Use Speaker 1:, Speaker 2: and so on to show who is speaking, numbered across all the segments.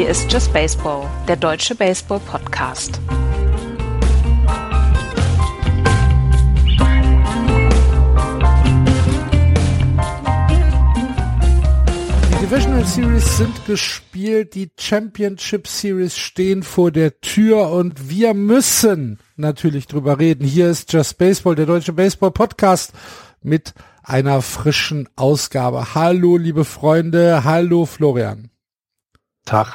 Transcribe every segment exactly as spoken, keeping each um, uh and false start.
Speaker 1: Hier ist Just Baseball, der deutsche Baseball-Podcast.
Speaker 2: Die Divisional Series sind gespielt, die Championship Series stehen vor der Tür und wir müssen natürlich drüber reden. Hier ist Just Baseball, der deutsche Baseball-Podcast mit einer frischen Ausgabe. Hallo, liebe Freunde, hallo Florian.
Speaker 3: Tag.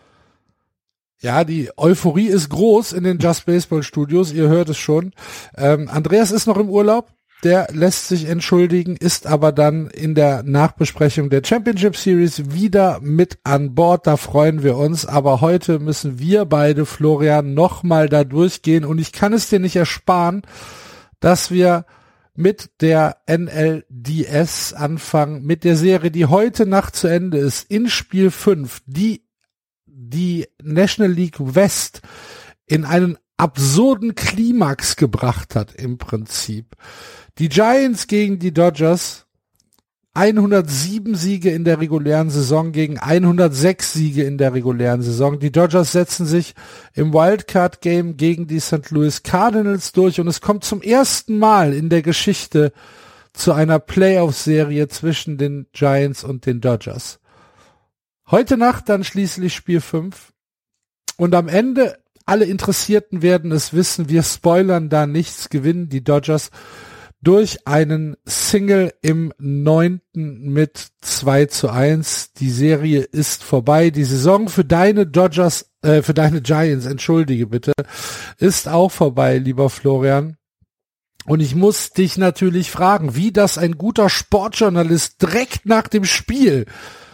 Speaker 2: Ja, die Euphorie ist groß in den Just Baseball Studios, ihr hört es schon. Ähm, Andreas ist noch im Urlaub, der lässt sich entschuldigen, ist aber dann in der Nachbesprechung der Championship Series wieder mit an Bord, da freuen wir uns. Aber heute müssen wir beide, Florian, nochmal da durchgehen und ich kann es dir nicht ersparen, dass wir mit der N L D S anfangen, mit der Serie, die heute Nacht zu Ende ist, in Spiel fünf, die die National League West in einen absurden Klimax gebracht hat im Prinzip. Die Giants gegen die Dodgers, hundertsieben Siege in der regulären Saison gegen hundertsechs Siege in der regulären Saison. Die Dodgers setzen sich im Wildcard-Game gegen die Saint Louis Cardinals durch und es kommt zum ersten Mal in der Geschichte zu einer Playoff-Serie zwischen den Giants und den Dodgers. Heute Nacht dann schließlich Spiel fünf und am Ende, alle Interessierten werden es wissen, wir spoilern da nichts, gewinnen die Dodgers durch einen Single im neunten mit zwei zu eins. Die Serie ist vorbei. Die Saison für deine Dodgers, äh, für deine Giants, entschuldige bitte, ist auch vorbei, lieber Florian. Und ich muss dich natürlich fragen, wie das ein guter Sportjournalist direkt nach dem Spiel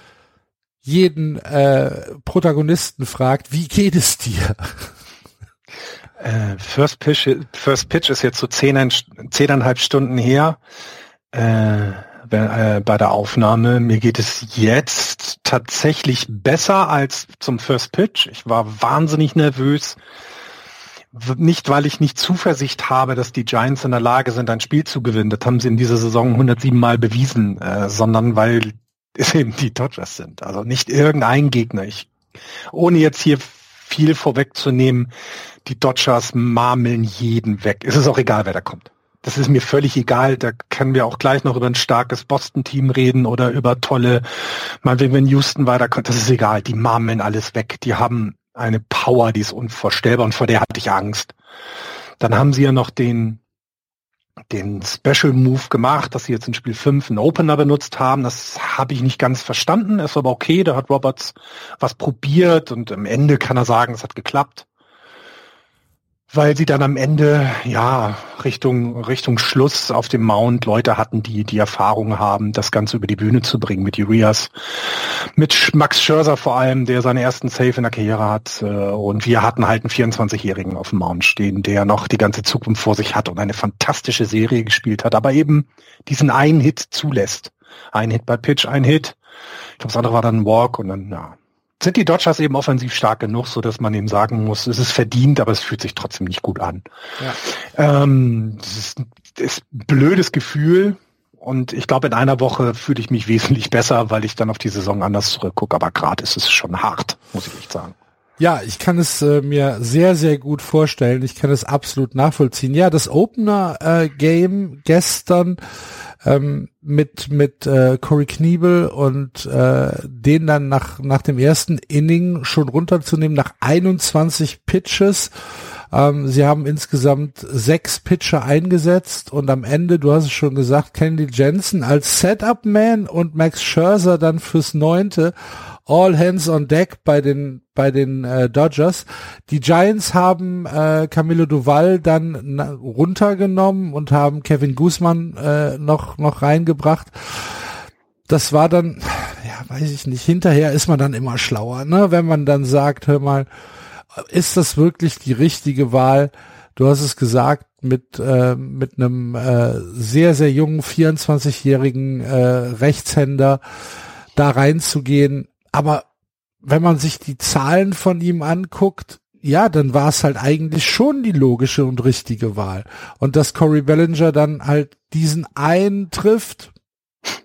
Speaker 2: jeden äh, Protagonisten fragt, wie geht es dir?
Speaker 3: Äh, First Pitch, First Pitch ist jetzt so zehn, zehneinhalb Stunden her äh, bei, äh, bei der Aufnahme. Mir geht es jetzt tatsächlich besser als zum First Pitch. Ich war wahnsinnig nervös. Nicht, weil ich nicht Zuversicht habe, dass die Giants in der Lage sind, ein Spiel zu gewinnen. Das haben sie in dieser Saison hundertsieben Mal bewiesen, äh, sondern weil es eben die Dodgers sind. Also nicht irgendein Gegner. Ich, ohne jetzt hier viel vorwegzunehmen, die Dodgers marmeln jeden weg. Es ist auch egal, wer da kommt. Das ist mir völlig egal. Da können wir auch gleich noch über ein starkes Boston-Team reden oder über tolle, mal wenn Houston weiterkommt. Das ist egal. Die marmeln alles weg. Die haben eine Power, die ist unvorstellbar und vor der hatte ich Angst. Dann haben sie ja noch den den Special Move gemacht, dass sie jetzt in Spiel fünf einen Opener benutzt haben. Das habe ich nicht ganz verstanden, ist aber okay. Da hat Roberts was probiert und am Ende kann er sagen, es hat geklappt. Weil sie dann am Ende, ja, Richtung Richtung Schluss auf dem Mount Leute hatten, die die Erfahrung haben, das Ganze über die Bühne zu bringen mit Urias, mit Max Scherzer vor allem, der seinen ersten Save in der Karriere hat. Und wir hatten halt einen vierundzwanzigjährigen auf dem Mount stehen, der noch die ganze Zukunft vor sich hat und eine fantastische Serie gespielt hat, aber eben diesen einen Hit zulässt. Ein Hit bei Pitch, ein Hit. Ich glaube, das andere war dann ein Walk und dann, ja. Sind die Dodgers eben offensiv stark genug, so dass man eben sagen muss, es ist verdient, aber es fühlt sich trotzdem nicht gut an. Ja. Ähm, das ist, das ist ein blödes Gefühl und ich glaube, in einer Woche fühle ich mich wesentlich besser, weil ich dann auf die Saison anders zurückgucke, aber gerade ist es schon hart, muss ich echt sagen.
Speaker 2: Ja, ich kann es äh, mir sehr, sehr gut vorstellen. Ich kann es absolut nachvollziehen. Ja, das Opener-Game äh, gestern ähm, mit mit äh, Corey Knebel und äh, den dann nach nach dem ersten Inning schon runterzunehmen, nach einundzwanzig Pitches. Ähm, sie haben insgesamt sechs Pitcher eingesetzt und am Ende, du hast es schon gesagt, Kenley Jansen als Setup-Man und Max Scherzer dann fürs Neunte. All hands on deck bei den bei den äh, Dodgers. Die Giants haben äh, Camilo Doval dann na, runtergenommen und haben Kevin Guzman äh, noch noch reingebracht. Das war dann, ja, weiß ich nicht, hinterher ist man dann immer schlauer, ne, wenn man dann sagt, hör mal, ist das wirklich die richtige Wahl? Du hast es gesagt, mit äh, mit einem äh, sehr sehr jungen vierundzwanzigjährigen äh, Rechtshänder da reinzugehen. Aber wenn man sich die Zahlen von ihm anguckt, ja, dann war es halt eigentlich schon die logische und richtige Wahl. Und dass Corey Bellinger dann halt diesen einen trifft,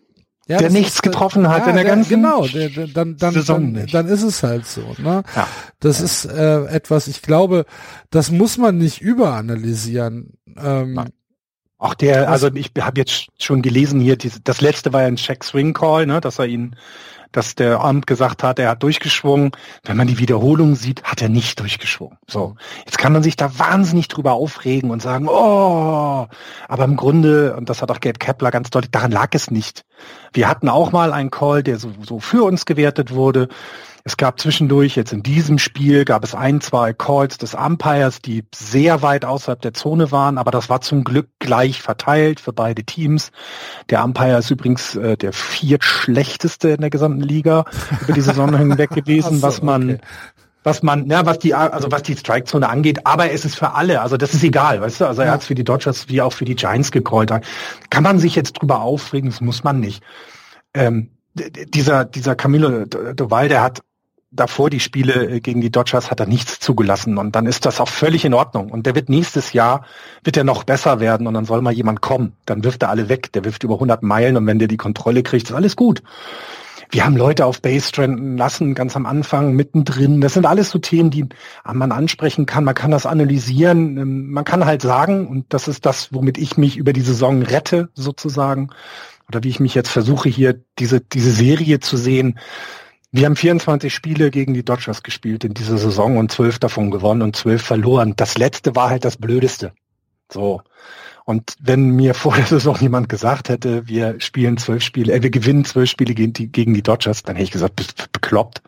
Speaker 2: Ja,
Speaker 3: der nichts
Speaker 2: ist,
Speaker 3: getroffen hat
Speaker 2: ja,
Speaker 3: in der,
Speaker 2: der
Speaker 3: ganzen
Speaker 2: genau, der, der, dann, dann,
Speaker 3: Saison
Speaker 2: dann,
Speaker 3: nicht.
Speaker 2: dann ist es halt so. Ne?
Speaker 3: Ja.
Speaker 2: Das
Speaker 3: ja.
Speaker 2: ist äh, etwas, ich glaube, das muss man nicht überanalysieren. Ähm,
Speaker 3: Nein. Auch der, also ich habe jetzt schon gelesen hier, diese, das letzte war ja ein Check-Swing-Call, ne, dass er ihn, dass der Amt gesagt hat, er hat durchgeschwungen. Wenn man die Wiederholung sieht, hat er nicht durchgeschwungen. So, jetzt kann man sich da wahnsinnig drüber aufregen und sagen, oh, aber im Grunde, und das hat auch Gabe Kapler ganz deutlich, daran lag es nicht. Wir hatten auch mal einen Call, der so, so für uns gewertet wurde. Es gab zwischendurch, jetzt in diesem Spiel, gab es ein, zwei Calls des Umpires, die sehr weit außerhalb der Zone waren, aber das war zum Glück gleich verteilt für beide Teams. Der Umpire ist übrigens äh, der viertschlechteste in der gesamten Liga über die Saison hinweg gewesen, so, was man, okay. was man, ja, was die, also was die Strikezone angeht, aber es ist für alle, also das ist egal, weißt du, also er hat es für die Dodgers wie auch für die Giants gecallt. Kann man sich jetzt drüber aufregen, das muss man nicht. Ähm, dieser, dieser Camilo Doval, der hat davor die Spiele gegen die Dodgers hat er nichts zugelassen und dann ist das auch völlig in Ordnung und der wird nächstes Jahr, wird er noch besser werden und dann soll mal jemand kommen, dann wirft er alle weg, der wirft über hundert Meilen und wenn der die Kontrolle kriegt, ist alles gut. Wir haben Leute auf Base stranden lassen, ganz am Anfang, mittendrin, das sind alles so Themen, die man ansprechen kann, man kann das analysieren, man kann halt sagen und das ist das, womit ich mich über die Saison rette, sozusagen, oder wie ich mich jetzt versuche, hier diese diese Serie zu sehen. Wir haben vierundzwanzig Spiele gegen die Dodgers gespielt in dieser Saison und zwölf davon gewonnen und zwölf verloren. Das letzte war halt das Blödeste. So. Und wenn mir vor der Saison jemand gesagt hätte, wir spielen zwölf Spiele, äh, wir gewinnen zwölf Spiele gegen die, gegen die Dodgers, dann hätte ich gesagt, bist bekloppt.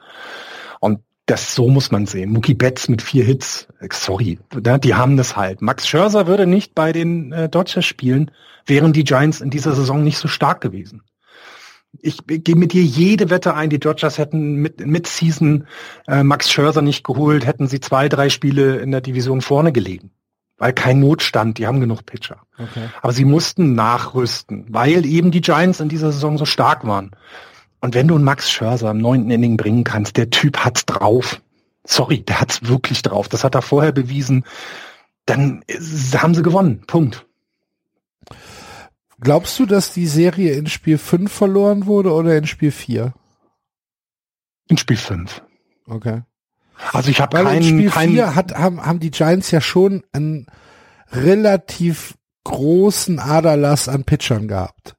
Speaker 3: Und das, so muss man sehen. Mookie Betts mit vier Hits, sorry, die haben das halt. Max Scherzer würde nicht bei den äh, Dodgers spielen, wären die Giants in dieser Saison nicht so stark gewesen. Ich gehe mit dir jede Wette ein, die Dodgers hätten mit, mit Season äh, Max Scherzer nicht geholt, hätten sie zwei, drei Spiele in der Division vorne gelegen. Weil kein Notstand, die haben genug Pitcher. Okay. Aber sie mussten nachrüsten, weil eben die Giants in dieser Saison so stark waren. Und wenn du einen Max Scherzer im neunten Inning bringen kannst, der Typ hat's drauf. Sorry, der hat's wirklich drauf. Das hat er vorher bewiesen. Dann haben sie gewonnen. Punkt.
Speaker 2: Glaubst du, dass die Serie in Spiel fünf verloren wurde oder in Spiel vier?
Speaker 3: In Spiel fünf.
Speaker 2: Okay.
Speaker 3: Also ich habe
Speaker 2: keinen... in Spiel
Speaker 3: kein
Speaker 2: vier hat, haben, haben die Giants ja schon einen relativ großen Aderlass an Pitchern gehabt.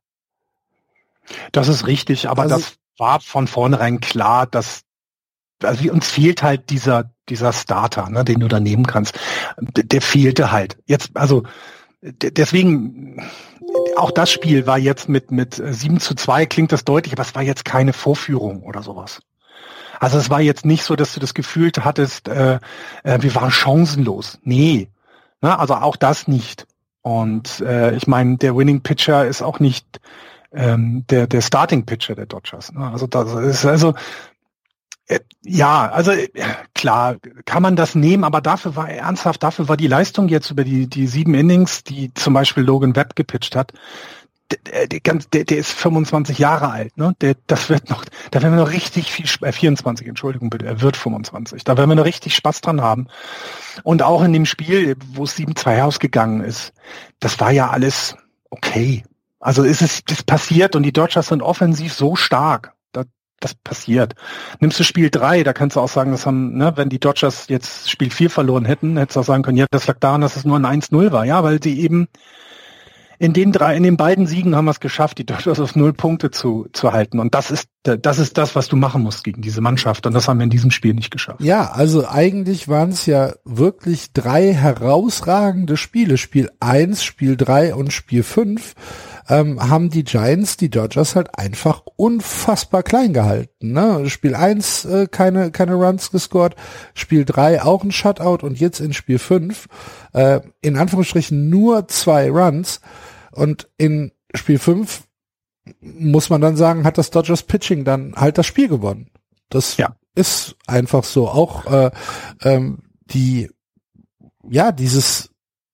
Speaker 3: Das ist richtig, aber also, das war von vornherein klar, dass also uns fehlt halt dieser dieser Starter, ne, den du da nehmen kannst. Der, der fehlte halt. Jetzt, also deswegen... Auch das Spiel war jetzt mit mit sieben zu zwei, klingt das deutlich, aber es war jetzt keine Vorführung oder sowas. Also es war jetzt nicht so, dass du das Gefühl hattest, äh, äh, wir waren chancenlos. Nee, ne? Also auch das nicht. Und äh, ich meine, der Winning Pitcher ist auch nicht ähm, der der Starting Pitcher der Dodgers. Ne? Also das ist also äh, ja, also äh, klar kann man das nehmen, aber dafür war ernsthaft, dafür war die Leistung jetzt über die die sieben Innings, die zum Beispiel Logan Webb gepitcht hat. Der, der, der, der ist fünfundzwanzig Jahre alt, ne? Der, das wird noch, da werden wir noch richtig viel, äh, vierundzwanzig, Entschuldigung bitte, er wird fünfundzwanzig. Da werden wir noch richtig Spaß dran haben. Und auch in dem Spiel, wo es sieben zwei ausgegangen ist, das war ja alles okay. Also ist es ist passiert und die Dodgers sind offensiv so stark. Das, das passiert. Nimmst du Spiel drei, da kannst du auch sagen, das haben, ne, wenn die Dodgers jetzt Spiel vier verloren hätten, hättest du auch sagen können, ja, das lag daran, dass es nur ein eins null war, ja, weil sie eben in den drei, in den beiden Siegen haben wir es geschafft, die Dodgers auf null Punkte zu, zu halten. Und das ist, das ist das, was du machen musst gegen diese Mannschaft. Und das haben wir in diesem Spiel nicht geschafft.
Speaker 2: Ja, also eigentlich waren es ja wirklich drei herausragende Spiele. Spiel eins, Spiel drei und Spiel fünf ähm, haben die Giants, die Dodgers halt einfach unfassbar klein gehalten. Ne? Spiel eins äh, keine, keine Runs gescored, Spiel drei auch ein Shutout und jetzt in Spiel fünf äh, in Anführungsstrichen nur zwei Runs. Und in Spiel fünf muss man dann sagen, hat das Dodgers Pitching dann halt das Spiel gewonnen. Das ja. ist einfach so. Auch äh, ähm, die, ja, dieses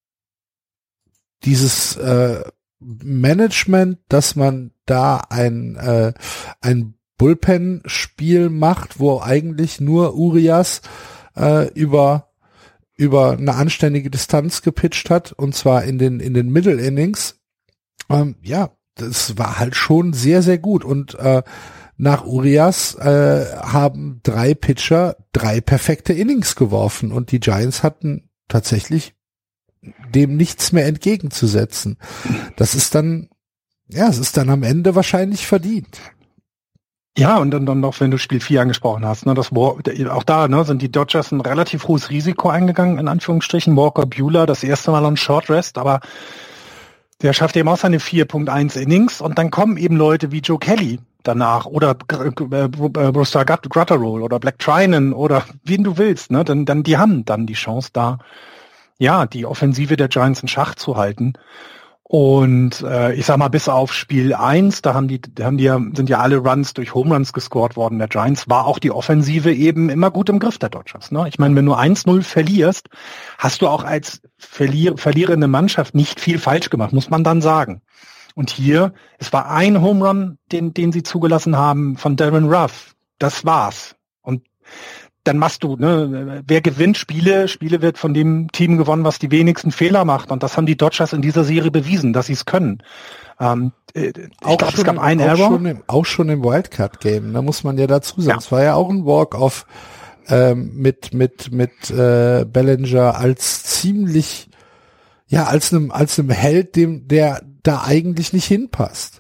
Speaker 2: dieses äh, Management, dass man da ein äh, ein Bullpen-Spiel macht, wo eigentlich nur Urias äh, über über eine anständige Distanz gepitcht hat, und zwar in den in den Middle Innings. Ähm, ja, das war halt schon sehr, sehr gut. Und äh, nach Urias äh, haben drei Pitcher drei perfekte Innings geworfen und die Giants hatten tatsächlich dem nichts mehr entgegenzusetzen. Das ist dann, ja, es ist dann am Ende wahrscheinlich verdient.
Speaker 3: Ja, und dann, dann noch, wenn du Spiel vier angesprochen hast, ne, das War, auch da, ne, sind die Dodgers ein relativ hohes Risiko eingegangen, in Anführungsstrichen. Walker Buehler, das erste Mal on Short Rest, aber der schafft eben auch seine vier Komma eins Innings und dann kommen eben Leute wie Joe Kelly danach oder äh, Brusdar Gutterall oder Black Trinan oder wen du willst, ne, dann, dann, die haben dann die Chance da, ja, die Offensive der Giants in Schach zu halten. Und äh, ich sag mal, bis auf Spiel eins, da haben die, da haben die ja, sind ja alle Runs durch Home Runs gescored worden der Giants, war auch die Offensive eben immer gut im Griff der Dodgers. Ne? Ich meine, wenn du eins null verlierst, hast du auch als verlier- verlierende Mannschaft nicht viel falsch gemacht, muss man dann sagen. Und hier, es war ein Home Run, den, den sie zugelassen haben von Darren Ruff. Das war's. Und dann machst du, ne, wer gewinnt Spiele, Spiele wird von dem Team gewonnen, was die wenigsten Fehler macht. Und das haben die Dodgers in dieser Serie bewiesen, dass sie es können. Ähm, ich
Speaker 2: auch
Speaker 3: glaube,
Speaker 2: schon,
Speaker 3: es gab einen
Speaker 2: auch
Speaker 3: Error.
Speaker 2: Schon im, auch schon im Wildcard-Game, da muss man ja dazu sagen.
Speaker 3: Ja.
Speaker 2: Es war ja auch ein Walk-Off ähm, mit mit mit äh, Bellinger als ziemlich, ja, als einem als einem Held, dem der da eigentlich nicht hinpasst.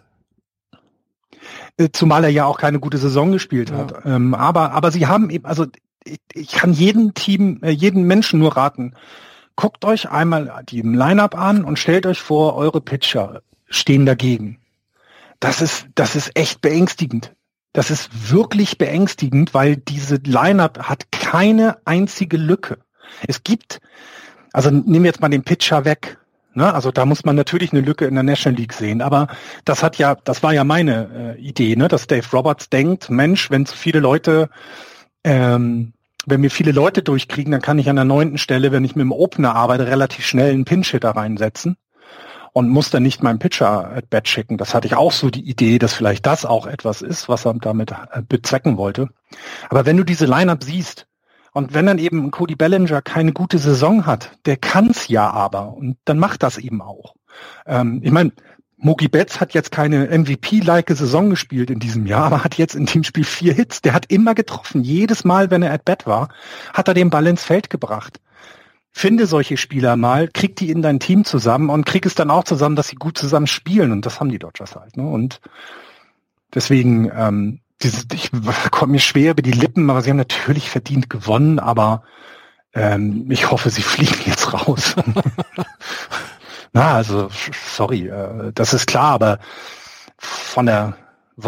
Speaker 3: Zumal er ja auch keine gute Saison gespielt hat.
Speaker 2: Ja.
Speaker 3: Ähm, aber aber sie haben eben, also ich, ich kann jedem Team, äh, jeden Menschen nur raten, guckt euch einmal die im Line-Up an und stellt euch vor, eure Pitcher stehen dagegen. Das ist das ist echt beängstigend. Das ist wirklich beängstigend, weil diese Line-Up hat keine einzige Lücke. Es gibt, also nehmen wir jetzt mal den Pitcher weg. Ne, also da muss man natürlich eine Lücke in der National League sehen, aber das hat ja, das war ja meine äh, Idee, ne, dass Dave Roberts denkt, Mensch, wenn zu viele Leute, ähm, wenn wir viele Leute durchkriegen, dann kann ich an der neunten Stelle, wenn ich mit dem Opener arbeite, relativ schnell einen Pinch-Hitter reinsetzen und muss dann nicht meinen Pitcher at bat schicken. Das hatte ich auch so die Idee, dass vielleicht das auch etwas ist, was er damit äh, bezwecken wollte. Aber wenn du diese Line-Up siehst, und wenn dann eben Cody Bellinger keine gute Saison hat, der kann's ja aber und dann macht das eben auch. Ähm, ich meine, Mookie Betts hat jetzt keine M V P-like Saison gespielt in diesem Jahr, aber hat jetzt in dem Spiel vier Hits. Der hat immer getroffen. Jedes Mal, wenn er at bat war, hat er den Ball ins Feld gebracht. Finde solche Spieler mal, krieg die in dein Team zusammen und krieg es dann auch zusammen, dass sie gut zusammen spielen. Und das haben die Dodgers halt. Ne? Und deswegen, ähm, Dieses, ich komme mir schwer über die Lippen, aber sie haben natürlich verdient gewonnen, aber ähm, ich hoffe, sie fliegen jetzt raus. Na, also, sorry, äh, das ist klar, aber von der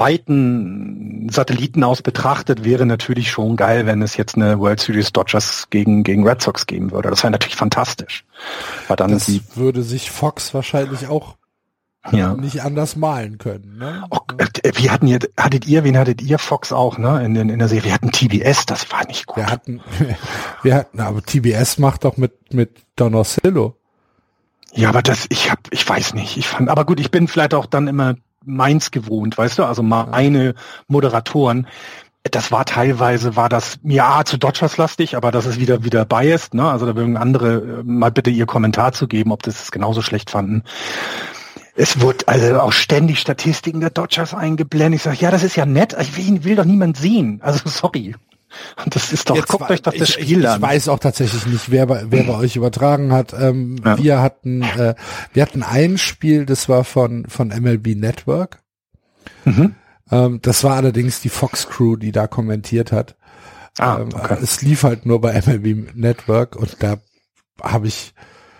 Speaker 3: weiten Satelliten aus betrachtet wäre natürlich schon geil, wenn es jetzt eine World Series Dodgers gegen gegen Red Sox geben würde. Das wäre natürlich fantastisch. Weil dann
Speaker 2: das
Speaker 3: die,
Speaker 2: würde sich Fox wahrscheinlich auch ja. nicht anders malen können. Ne?
Speaker 3: Oh, wie hatten ihr, hattet ihr, wen hattet ihr? Fox auch, ne? In, den, in der Serie. Wir hatten T B S, das war nicht gut.
Speaker 2: Wir hatten, wir hatten, aber T B S macht doch mit mit Don Orsillo.
Speaker 3: Ja, aber das, ich hab, ich weiß nicht. Ich fand, aber gut, ich bin vielleicht auch dann immer meins gewohnt, weißt du? Also meine Moderatoren. Das war teilweise, war das ja zu Dodgers-lastig, aber das ist wieder wieder biased, ne? Also da würden andere mal bitte ihr Kommentar zu geben, ob das genauso schlecht fanden. Es wurde also auch ständig Statistiken der Dodgers eingeblendet. Ich sage, ja, das ist ja nett. Ich will, will doch niemand sehen. Also sorry. Und das ist doch,
Speaker 2: Jetzt
Speaker 3: guckt
Speaker 2: war,
Speaker 3: euch doch das
Speaker 2: ich,
Speaker 3: Spiel
Speaker 2: ich,
Speaker 3: an.
Speaker 2: Ich weiß auch tatsächlich nicht, wer bei, wer bei euch übertragen hat. Ähm,
Speaker 3: ja.
Speaker 2: Wir hatten, äh, wir hatten ein Spiel, das war von von M L B Network.
Speaker 3: Mhm.
Speaker 2: Ähm, das war allerdings die Fox Crew, die da kommentiert hat.
Speaker 3: Ah,
Speaker 2: ähm,
Speaker 3: okay.
Speaker 2: Es lief halt nur bei M L B Network und da habe ich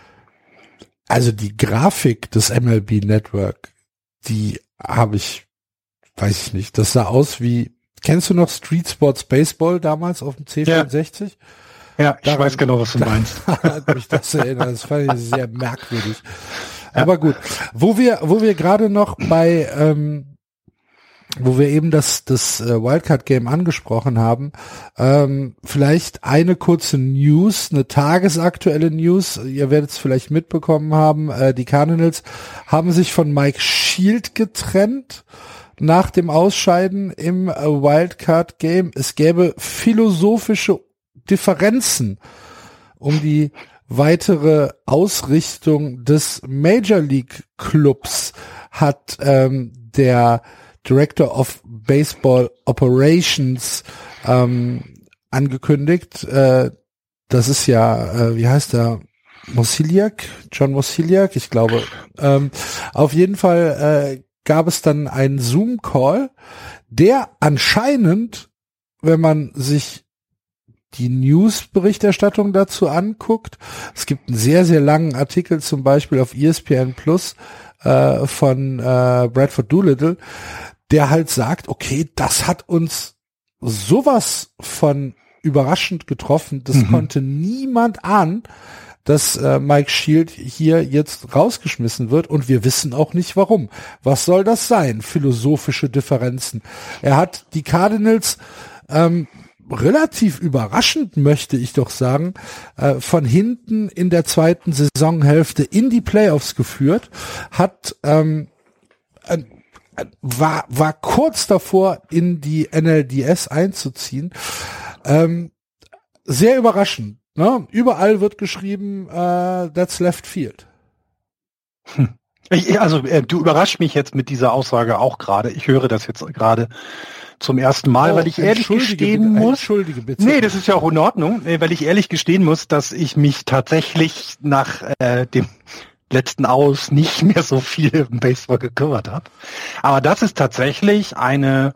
Speaker 2: Also die Grafik des M L B Network, die habe ich, weiß ich nicht, das sah aus wie, kennst du noch Street Sports Baseball damals auf dem C vierundsechzig?
Speaker 3: Ja, ja ich
Speaker 2: Daran,
Speaker 3: weiß genau, was du meinst.
Speaker 2: Hat mich das erinnert, das fand ich sehr merkwürdig. Ja. Aber gut, wo wir, wo wir gerade noch bei, ähm, wo wir eben das das äh, Wildcard-Game angesprochen haben, ähm, vielleicht eine kurze News, eine tagesaktuelle News, ihr werdet es vielleicht mitbekommen haben, äh, die Cardinals haben sich von Mike Shield getrennt nach dem Ausscheiden im äh, Wildcard-Game. Es gäbe philosophische Differenzen um die weitere Ausrichtung des Major League Clubs. hat ähm, der Director of Baseball Operations ähm, angekündigt. Äh, das ist ja, äh, wie heißt der? Mosiliak? John Mosiliak, ich glaube. Ähm, auf jeden Fall äh, gab es dann einen Zoom-Call, der anscheinend, wenn man sich die News-Berichterstattung dazu anguckt, es gibt einen sehr, sehr langen Artikel zum Beispiel auf E S P N Plus äh, von äh, Bradford Doolittle, der halt sagt, okay, das hat uns sowas von überraschend getroffen, das mhm. konnte niemand ahnen, dass äh, Mike Shield hier jetzt rausgeschmissen wird und wir wissen auch nicht warum. Was soll das sein? Philosophische Differenzen. Er hat die Cardinals ähm, relativ überraschend, möchte ich doch sagen, äh, von hinten in der zweiten Saisonhälfte in die Playoffs geführt, hat ähm, äh, war war kurz davor in die N L D S einzuziehen. Ähm, sehr überraschend. Ne? Überall wird geschrieben, uh, that's left field.
Speaker 3: Hm. Ich, also äh, du überraschst mich jetzt mit dieser Aussage auch gerade. Ich höre das jetzt gerade zum ersten Mal, oh, weil ich ehrlich gestehen
Speaker 2: bitte,
Speaker 3: muss.
Speaker 2: Entschuldige bitte.
Speaker 3: Nee, das ist ja auch in Ordnung, weil ich ehrlich gestehen muss, dass ich mich tatsächlich nach äh, dem letzten Aus nicht mehr so viel im Baseball gekümmert habe. Aber das ist tatsächlich eine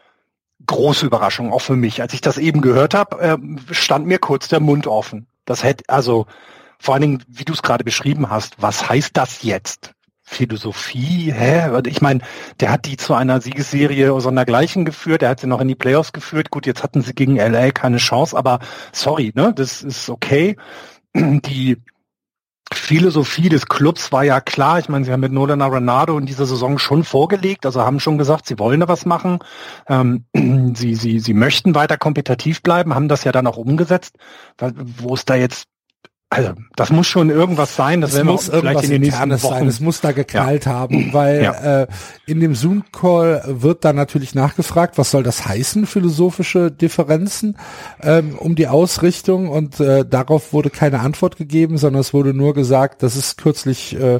Speaker 3: große Überraschung, auch für mich. Als ich das eben gehört habe, äh, stand mir kurz der Mund offen. Das hätte, also vor allen Dingen, wie du es gerade beschrieben hast, was heißt das jetzt? Philosophie, hä? Ich meine, der hat die zu einer Siegesserie sondergleichen geführt, der hat sie noch in die Playoffs geführt. Gut, jetzt hatten sie gegen L A keine Chance, aber sorry, ne, das ist okay. Die Philosophie des Clubs war ja klar. Ich meine, sie haben mit Nolan Arenado in dieser Saison schon vorgelegt, also haben schon gesagt, sie wollen da was machen. Ähm, sie, sie, sie möchten weiter kompetitiv bleiben, haben das ja dann auch umgesetzt. Wo ist da jetzt, also das muss schon irgendwas sein, das werden wir vielleicht in den nächsten Wochen
Speaker 2: sein. Es muss da geknallt ja. haben, weil
Speaker 3: ja.
Speaker 2: äh, in dem Zoom-Call wird dann natürlich nachgefragt, was soll das heißen, philosophische Differenzen ähm, um die Ausrichtung, und äh, darauf wurde keine Antwort gegeben, sondern es wurde nur gesagt, das ist kürzlich, äh,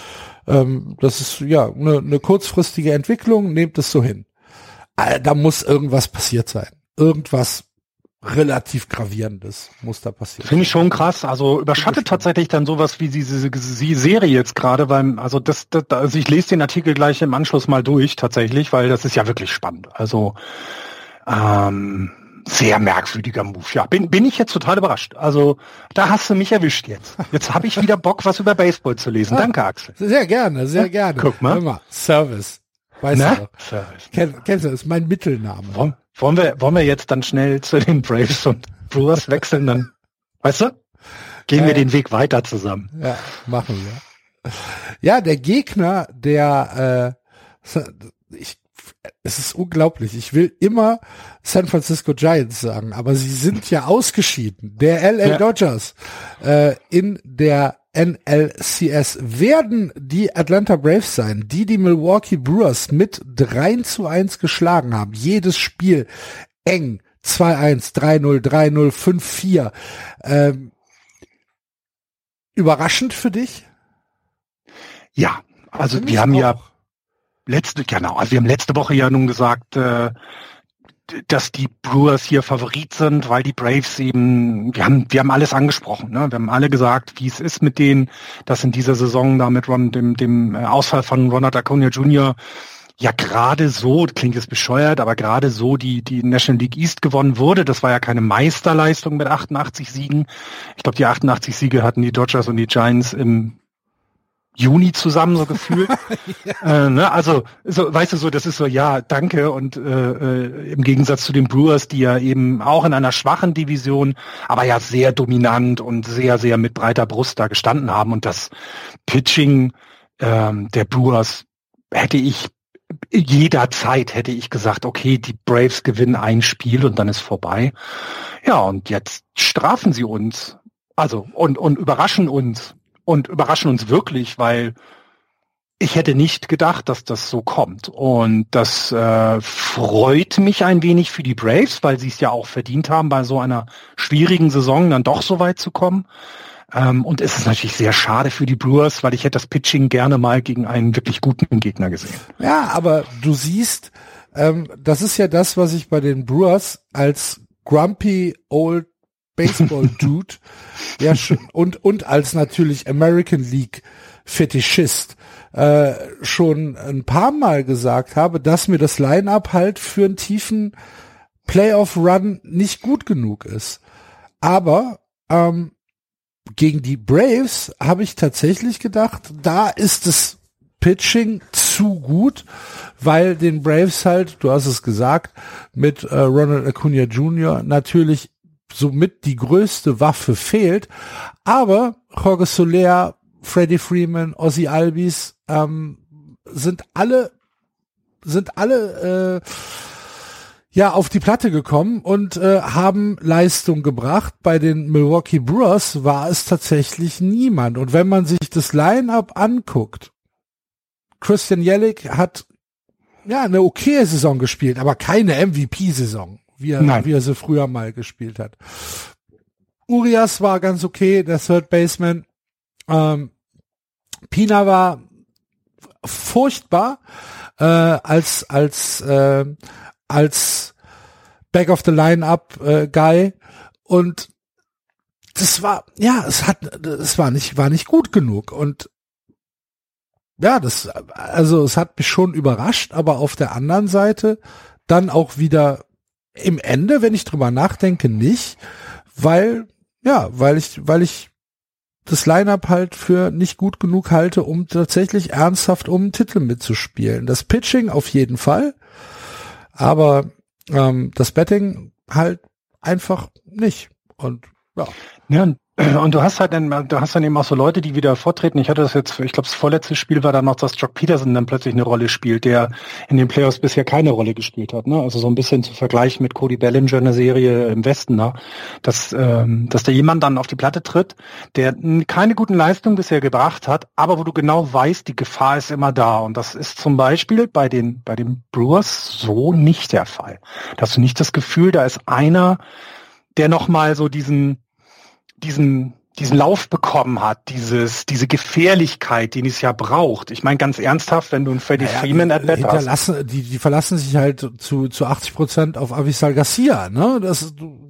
Speaker 2: ähm, das ist ja eine ne kurzfristige Entwicklung, nehmt es so hin. Äh, da muss irgendwas passiert sein. Irgendwas relativ gravierendes muss da passieren.
Speaker 3: Finde ich schon krass. Also überschattet tatsächlich dann sowas wie diese, diese Serie jetzt gerade, weil, also das, das, also ich lese den Artikel gleich im Anschluss mal durch tatsächlich, weil das ist ja wirklich spannend. Also ähm, sehr merkwürdiger Move. Ja, bin, bin ich jetzt total überrascht. Also da hast du mich erwischt jetzt. Jetzt habe ich wieder Bock, was über Baseball zu lesen. Ah, danke, Axel.
Speaker 2: Sehr gerne, sehr gerne.
Speaker 3: Guck mal.
Speaker 2: Hör mal. Service. Weißt
Speaker 3: Na?
Speaker 2: du doch.
Speaker 3: Service.
Speaker 2: Kenn, kennst du, das ist mein Mittelname.
Speaker 3: Wollen, wollen wir, wollen wir jetzt dann schnell zu den Braves und Brewers wechseln, dann, weißt du? Gehen äh, wir den Weg weiter zusammen.
Speaker 2: Ja, machen wir. Ja, der Gegner, der, äh, ich, es ist unglaublich. Ich will immer San Francisco Giants sagen, aber sie sind ja ausgeschieden. Der L A ja. Dodgers äh, in der N L C S werden die Atlanta Braves sein, die die Milwaukee Brewers mit drei zu eins geschlagen haben. Jedes Spiel eng. zwei eins, drei null, drei null, fünf vier. Ähm, überraschend für dich?
Speaker 3: Ja, also wir haben auch. ja letzte, genau, also wir haben letzte Woche ja nun gesagt, äh, dass die Brewers hier Favorit sind, weil die Braves eben, wir haben, wir haben alles angesprochen, ne? Wir haben alle gesagt, wie es ist mit denen, dass in dieser Saison da mit Ron, dem, dem Ausfall von Ronald Acuna Junior ja gerade so, klingt jetzt bescheuert, aber gerade so die, die National League East gewonnen wurde. Das war ja keine Meisterleistung mit achtundachtzig Siegen. Ich glaube, die achtundachtzig Siege hatten die Dodgers und die Giants im Juni zusammen, so gefühlt. ja. äh, ne? Also, so, weißt du, so, das ist so, ja, danke. Und äh, äh, im Gegensatz zu den Brewers, die ja eben auch in einer schwachen Division, aber ja sehr dominant und sehr, sehr mit breiter Brust da gestanden haben. Und das Pitching ähm, der Brewers hätte ich jederzeit hätte ich gesagt, okay, die Braves gewinnen ein Spiel und dann ist vorbei. Ja, und jetzt strafen sie uns. Also, und, und überraschen uns. Und überraschen uns wirklich, weil ich hätte nicht gedacht, dass das so kommt. Und das äh, freut mich ein wenig für die Braves, weil sie es ja auch verdient haben, bei so einer schwierigen Saison dann doch so weit zu kommen. Ähm, und es ist natürlich sehr schade für die Brewers, weil ich hätte das Pitching gerne mal gegen einen wirklich guten Gegner gesehen.
Speaker 2: Ja, aber du siehst, ähm, das ist ja das, was ich bei den Brewers als grumpy old Baseball Dude ja schon, und und als natürlich American League Fetischist äh, schon ein paar Mal gesagt habe, dass mir das Line-Up halt für einen tiefen Playoff-Run nicht gut genug ist. Aber ähm, gegen die Braves habe ich tatsächlich gedacht, da ist das Pitching zu gut, weil den Braves halt, du hast es gesagt, mit äh, Ronald Acuna Junior natürlich somit die größte Waffe fehlt. Aber Jorge Soler, Freddie Freeman, Ozzy Albies ähm, sind alle sind alle äh, ja auf die Platte gekommen und äh, haben Leistung gebracht. Bei den Milwaukee Brewers war es tatsächlich niemand. Und wenn man sich das Line-Up anguckt, Christian Yelich hat ja eine okaye Saison gespielt, aber keine M V P-Saison, wie er, wie er sie früher mal gespielt hat. Urias war ganz okay, der Third Baseman. Ähm, Pina war furchtbar äh, als als äh, als Back of the Line-Up äh, Guy, und das war ja es hat es war nicht war nicht gut genug, und ja, das, also es hat mich schon überrascht, aber auf der anderen Seite dann auch wieder im Ende, wenn ich drüber nachdenke, nicht, weil, ja, weil ich, weil ich das Line-Up halt für nicht gut genug halte, um tatsächlich ernsthaft um einen Titel mitzuspielen. Das Pitching auf jeden Fall, aber ähm, das Betting halt einfach nicht. Und ja.
Speaker 3: Ja, und du hast halt dann, du hast dann eben auch so Leute, die wieder vortreten. Ich hatte das jetzt, ich glaube, das vorletzte Spiel war dann noch, dass Jock Peterson dann plötzlich eine Rolle spielt, der in den Playoffs bisher keine Rolle gespielt hat. Ne? Also so ein bisschen zu vergleichen mit Cody Bellinger, eine Serie im Westen, ne? dass, ähm, dass da jemand dann auf die Platte tritt, der keine guten Leistungen bisher gebracht hat, aber wo du genau weißt, die Gefahr ist immer da. Und das ist zum Beispiel bei den, bei den Brewers so nicht der Fall. Da hast du nicht das Gefühl, da ist einer, der nochmal so diesen, diesen diesen Lauf bekommen hat, dieses diese Gefährlichkeit, den es ja braucht. Ich meine ganz ernsthaft, wenn du einen Freddie naja, Freeman at bat hast.
Speaker 2: Die, die verlassen sich halt zu zu achtzig Prozent auf Avisal Garcia, ne? Das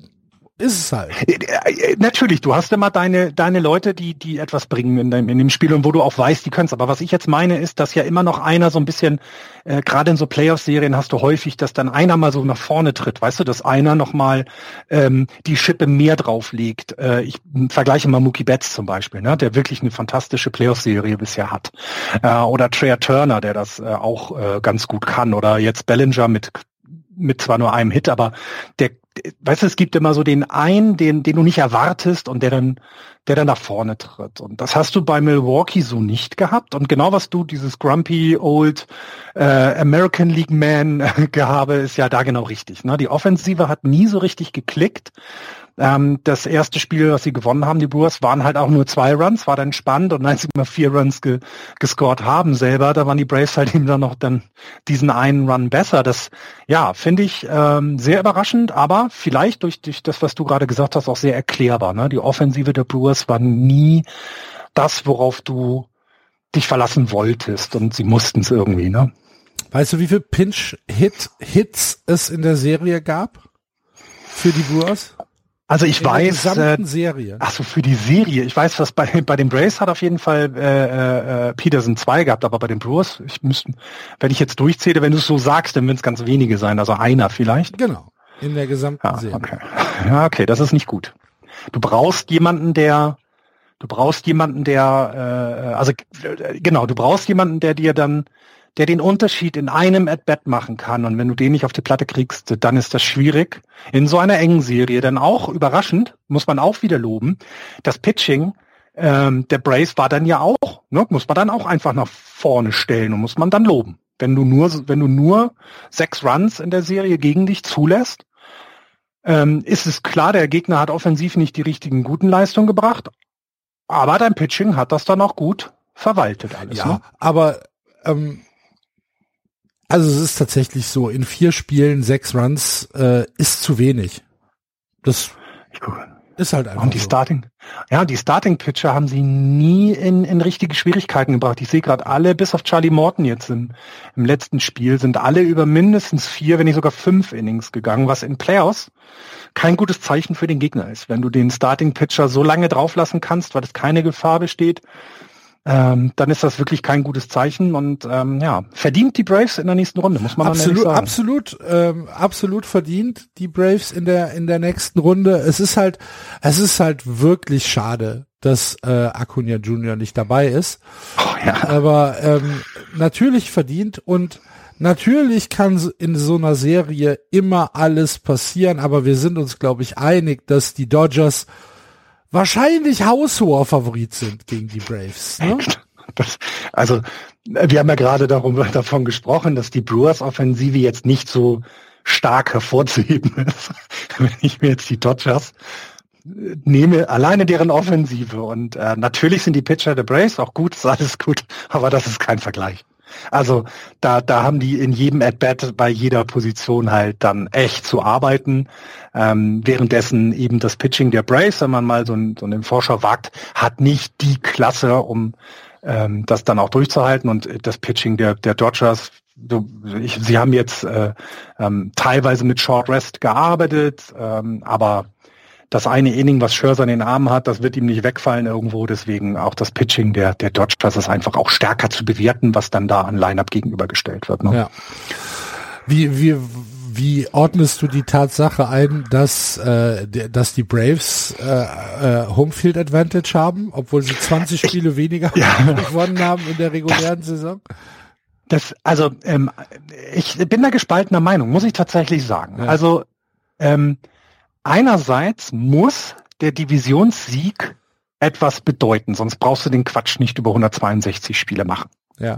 Speaker 2: ist es halt.
Speaker 3: Natürlich, du hast immer deine deine Leute, die die etwas bringen in dem, in dem Spiel und wo du auch weißt, die können es. Aber was ich jetzt meine, ist, dass ja immer noch einer so ein bisschen, äh, gerade in so Playoff-Serien hast du häufig, dass dann einer mal so nach vorne tritt, weißt du, dass einer nochmal ähm, die Schippe mehr drauflegt. Äh, ich vergleiche mal Mookie Betts zum Beispiel, ne, der wirklich eine fantastische Playoff-Serie bisher hat. Äh, oder Trea Turner, der das äh, auch äh, ganz gut kann. Oder jetzt Bellinger mit mit zwar nur einem Hit, aber der, weißt du, es gibt immer so den einen, den, den du nicht erwartest und der dann, der dann nach vorne tritt. Und das hast du bei Milwaukee so nicht gehabt. Und genau was du, dieses grumpy old äh, American League Man äh, Gehabe, ist ja da genau richtig. Ne? Die Offensive hat nie so richtig geklickt. Ähm, das erste Spiel, was sie gewonnen haben, die Brewers, waren halt auch nur zwei Runs, war dann spannend, und als sie mal vier Runs ge- gescored haben selber, da waren die Braves halt eben dann noch dann diesen einen Run besser. Das, ja, finde ich ähm, sehr überraschend, aber vielleicht durch, durch das, was du gerade gesagt hast, auch sehr erklärbar. Ne? Die Offensive der Brewers war nie das, worauf du dich verlassen wolltest, und sie mussten es irgendwie, ne?
Speaker 2: Weißt du, wie viel Pinch-Hit-Hits es in der Serie gab für die Brewers?
Speaker 3: Also ich
Speaker 2: in
Speaker 3: weiß,
Speaker 2: der gesamten Serie.
Speaker 3: Ach so, für die Serie. Ich weiß, was bei bei den Braves hat auf jeden Fall äh, äh, Peterson zwei gehabt, aber bei den Brewers, ich müsste, wenn ich jetzt durchzähle, wenn du es so sagst, dann werden es ganz wenige sein, also einer vielleicht.
Speaker 2: Genau, in der gesamten
Speaker 3: ja,
Speaker 2: Serie.
Speaker 3: Okay. Ja, okay, das ist nicht gut. Du brauchst jemanden, der, du brauchst jemanden, der, äh, also äh, genau, du brauchst jemanden, der dir dann der den Unterschied in einem At-Bat machen kann. Und wenn du den nicht auf die Platte kriegst, dann ist das schwierig. In so einer engen Serie, dann auch überraschend, muss man auch wieder loben, das Pitching ähm, der Braves war dann ja auch, ne, muss man dann auch einfach nach vorne stellen und muss man dann loben. Wenn du nur, wenn du nur sechs Runs in der Serie gegen dich zulässt, ähm, ist es klar, der Gegner hat offensiv nicht die richtigen guten Leistungen gebracht, aber dein Pitching hat das dann auch gut verwaltet alles.
Speaker 2: Ja,
Speaker 3: ne?
Speaker 2: aber ähm, also es ist tatsächlich so, in vier Spielen sechs Runs äh, ist zu wenig. Das
Speaker 3: ich gucke.
Speaker 2: ist halt einfach
Speaker 3: Und die
Speaker 2: so.
Speaker 3: Starting, Ja, die Starting-Pitcher haben sie nie in, in richtige Schwierigkeiten gebracht. Ich sehe gerade alle, bis auf Charlie Morton jetzt im, im letzten Spiel, sind alle über mindestens vier, wenn nicht sogar fünf Innings gegangen, was in Playoffs kein gutes Zeichen für den Gegner ist. Wenn du den Starting-Pitcher so lange drauflassen kannst, weil es keine Gefahr besteht, ähm, dann ist das wirklich kein gutes Zeichen und ähm, ja, verdient die Braves in der nächsten Runde, muss man
Speaker 2: absolut,
Speaker 3: sagen.
Speaker 2: Absolut, ähm, absolut verdient die Braves in der in der nächsten Runde. Es ist halt, es ist halt wirklich schade, dass äh, Acuna Junior nicht dabei ist.
Speaker 3: Oh, ja.
Speaker 2: Aber ähm, natürlich verdient und natürlich kann in so einer Serie immer alles passieren, aber wir sind uns, glaube ich, einig, dass die Dodgers wahrscheinlich haushoher Favorit sind gegen die Braves. Ne?
Speaker 3: Das, also wir haben ja gerade darum, davon gesprochen, dass die Brewers-Offensive jetzt nicht so stark hervorzuheben ist. Wenn ich mir jetzt die Dodgers nehme, alleine deren Offensive und äh, natürlich sind die Pitcher der Braves auch gut, ist alles gut, aber das ist kein Vergleich. Also da da haben die in jedem At-Bat bei jeder Position halt dann echt zu arbeiten. Ähm, währenddessen eben das Pitching der Braves, wenn man mal so, ein, so einen Vorschau wagt, hat nicht die Klasse, um ähm, das dann auch durchzuhalten. Und das Pitching der der Dodgers, so, ich, sie haben jetzt äh, ähm, teilweise mit Short Rest gearbeitet, ähm, aber das eine Inning, was Scherzer in den Armen hat, das wird ihm nicht wegfallen irgendwo. Deswegen auch das Pitching der der Dodgers ist einfach auch stärker zu bewerten, was dann da an Line-Up gegenübergestellt wird. Ne?
Speaker 2: Ja. Wie wie wie ordnest du die Tatsache ein, dass äh, dass die Braves äh, äh, Homefield Advantage haben, obwohl sie zwanzig Spiele weniger ja. gewonnen haben in der regulären das, Saison?
Speaker 3: Das also ähm, ich bin da gespaltener Meinung, muss ich tatsächlich sagen. Ja. Also ähm, einerseits muss der Divisionssieg etwas bedeuten, sonst brauchst du den Quatsch nicht über hundertzweiundsechzig Spiele machen.
Speaker 2: Ja.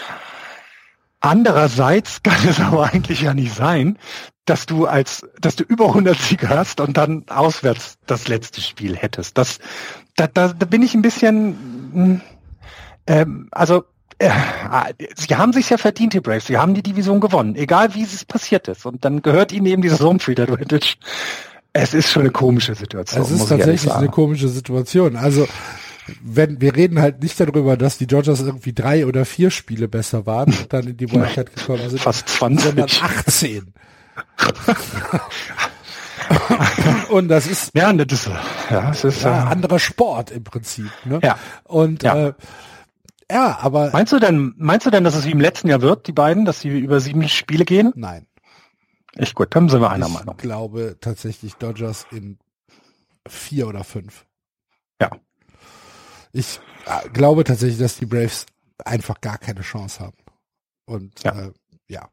Speaker 3: Andererseits kann es aber eigentlich ja nicht sein, dass du als, dass du über hundert Siege hast und dann auswärts das letzte Spiel hättest. Das, da, da, da bin ich ein bisschen, ähm, also äh, sie haben sich ja verdient, die Braves. Sie haben die Division gewonnen, egal wie es passiert ist. Und dann gehört ihnen eben dieses Homefield Advantage. Es ist schon eine komische Situation.
Speaker 2: Es ist tatsächlich eine komische Situation. Also, wenn, wir reden halt nicht darüber, dass die Dodgers irgendwie drei oder vier Spiele besser waren und dann in die Wildcard gekommen sind.
Speaker 3: Fast zwanzig.
Speaker 2: Sondern achtzehn. Und das ist,
Speaker 3: ja, das ist, ja, es ist
Speaker 2: ja, anderer Sport im Prinzip, ne?
Speaker 3: Ja.
Speaker 2: Und, ja. Äh, ja, aber.
Speaker 3: Meinst du denn, meinst du denn, dass es wie im letzten Jahr wird, die beiden, dass sie über sieben Spiele gehen?
Speaker 2: Nein.
Speaker 3: Echt gut, dann sind wir einer
Speaker 2: ich
Speaker 3: Meinung.
Speaker 2: Ich glaube tatsächlich Dodgers in vier oder fünf.
Speaker 3: Ja.
Speaker 2: Ich äh, glaube tatsächlich, dass die Braves einfach gar keine Chance haben. Und ja, äh, ja.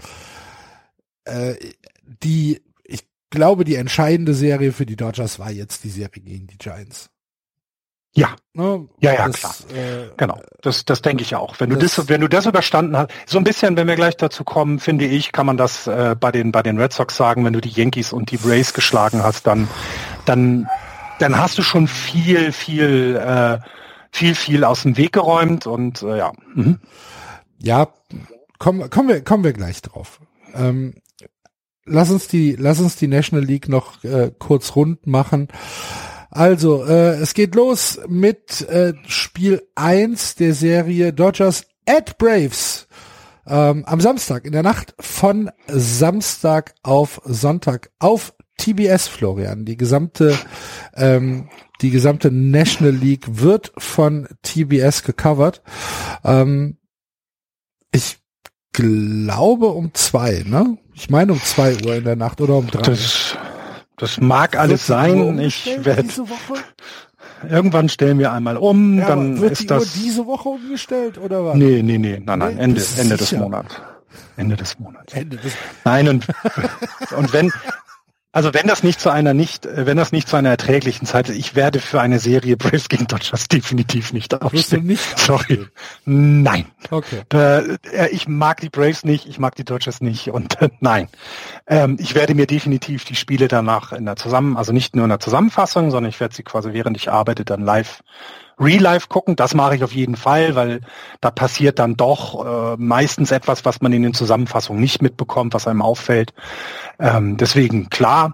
Speaker 2: Äh, die, ich glaube, die entscheidende Serie für die Dodgers war jetzt die Serie gegen die Giants.
Speaker 3: Ja,
Speaker 2: ne?
Speaker 3: ja, ja,
Speaker 2: das,
Speaker 3: klar.
Speaker 2: Äh,
Speaker 3: genau, das, das denke ich auch. Wenn du
Speaker 2: das,
Speaker 3: das, wenn du das überstanden hast, so ein bisschen, wenn wir gleich dazu kommen, finde ich, kann man das äh, bei den bei den Red Sox sagen. Wenn du die Yankees und die Rays geschlagen hast, dann dann dann hast du schon viel viel äh, viel viel aus dem Weg geräumt und äh, ja. Mhm.
Speaker 2: Ja, kommen kommen wir kommen wir gleich drauf. Ähm, lass uns die lass uns die National League noch äh, kurz rund machen. Also, äh, es geht los mit äh, Spiel eins der Serie Dodgers at Braves. Ähm, am Samstag, in der Nacht von Samstag auf Sonntag auf T B S, Florian. Die gesamte, ähm, die gesamte National League wird von T B S gecovert. Ähm, ich glaube um zwei, ne? Ich meine um zwei Uhr in der Nacht oder um drei.
Speaker 3: Das Das mag alles sein. Ich werde irgendwann stellen wir einmal um, ja, dann
Speaker 2: wird
Speaker 3: ist
Speaker 2: die
Speaker 3: das
Speaker 2: Uhr diese Woche umgestellt oder was?
Speaker 3: Nee, nee, nee, nein, nein,
Speaker 2: nee,
Speaker 3: Ende Ende des
Speaker 2: sicher?
Speaker 3: Monats. Ende des Monats.
Speaker 2: Ende des
Speaker 3: Nein, und und wenn Also wenn das nicht zu einer nicht, wenn das nicht zu einer erträglichen Zeit ist, ich werde für eine Serie Braves gegen Dodgers definitiv nicht aufstehen.
Speaker 2: Nicht
Speaker 3: Sorry. Nein.
Speaker 2: Okay.
Speaker 3: Äh, ich mag die Braves nicht, ich mag die Dodgers nicht und äh, nein. Ähm, ich werde mir definitiv die Spiele danach in der Zusammen, also nicht nur in der Zusammenfassung, sondern ich werde sie quasi während ich arbeite dann live Real Life gucken, das mache ich auf jeden Fall, weil da passiert dann doch äh, meistens etwas, was man in den Zusammenfassungen nicht mitbekommt, was einem auffällt. Ähm, deswegen klar,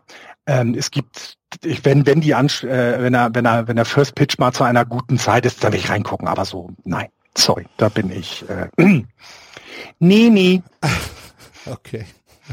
Speaker 3: Ähm, es gibt, ich, wenn wenn die Ans- äh, wenn er wenn er wenn der First Pitch mal zu einer guten Zeit ist, dann will ich reingucken. Aber so, nein, sorry, da bin ich. Äh, nee, nee.
Speaker 2: Okay.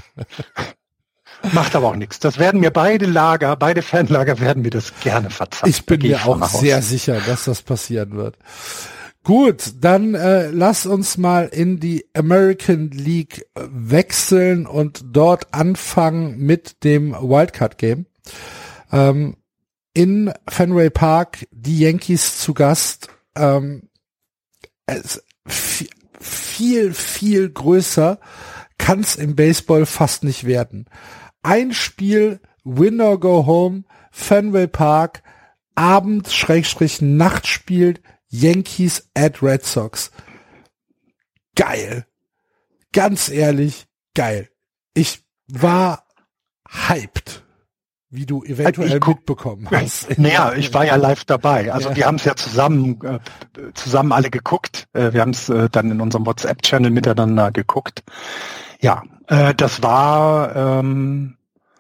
Speaker 3: Macht aber auch nichts. Das werden mir beide Lager, beide Fanlager werden mir das gerne verzeihen.
Speaker 2: Ich bin mir auch sehr sicher, dass das passieren wird. Gut, dann äh, lass uns mal in die American League wechseln und dort anfangen mit dem Wildcard Game. Ähm, in Fenway Park die Yankees zu Gast. Ähm, es, viel, viel, viel größer kann es im Baseball fast nicht werden. Ein Spiel, Win or Go Home, Fenway Park, Abend, Schrägstrich, Nachtspiel, Yankees at Red Sox. Geil. Ganz ehrlich, geil. Ich war hyped, wie du eventuell
Speaker 3: guck,
Speaker 2: mitbekommen hast.
Speaker 3: Naja, ich war ja live dabei. Also ja. Wir haben es ja zusammen äh, zusammen alle geguckt. Äh, wir haben es äh, dann in unserem WhatsApp-Channel miteinander geguckt. Ja, äh, das war ähm,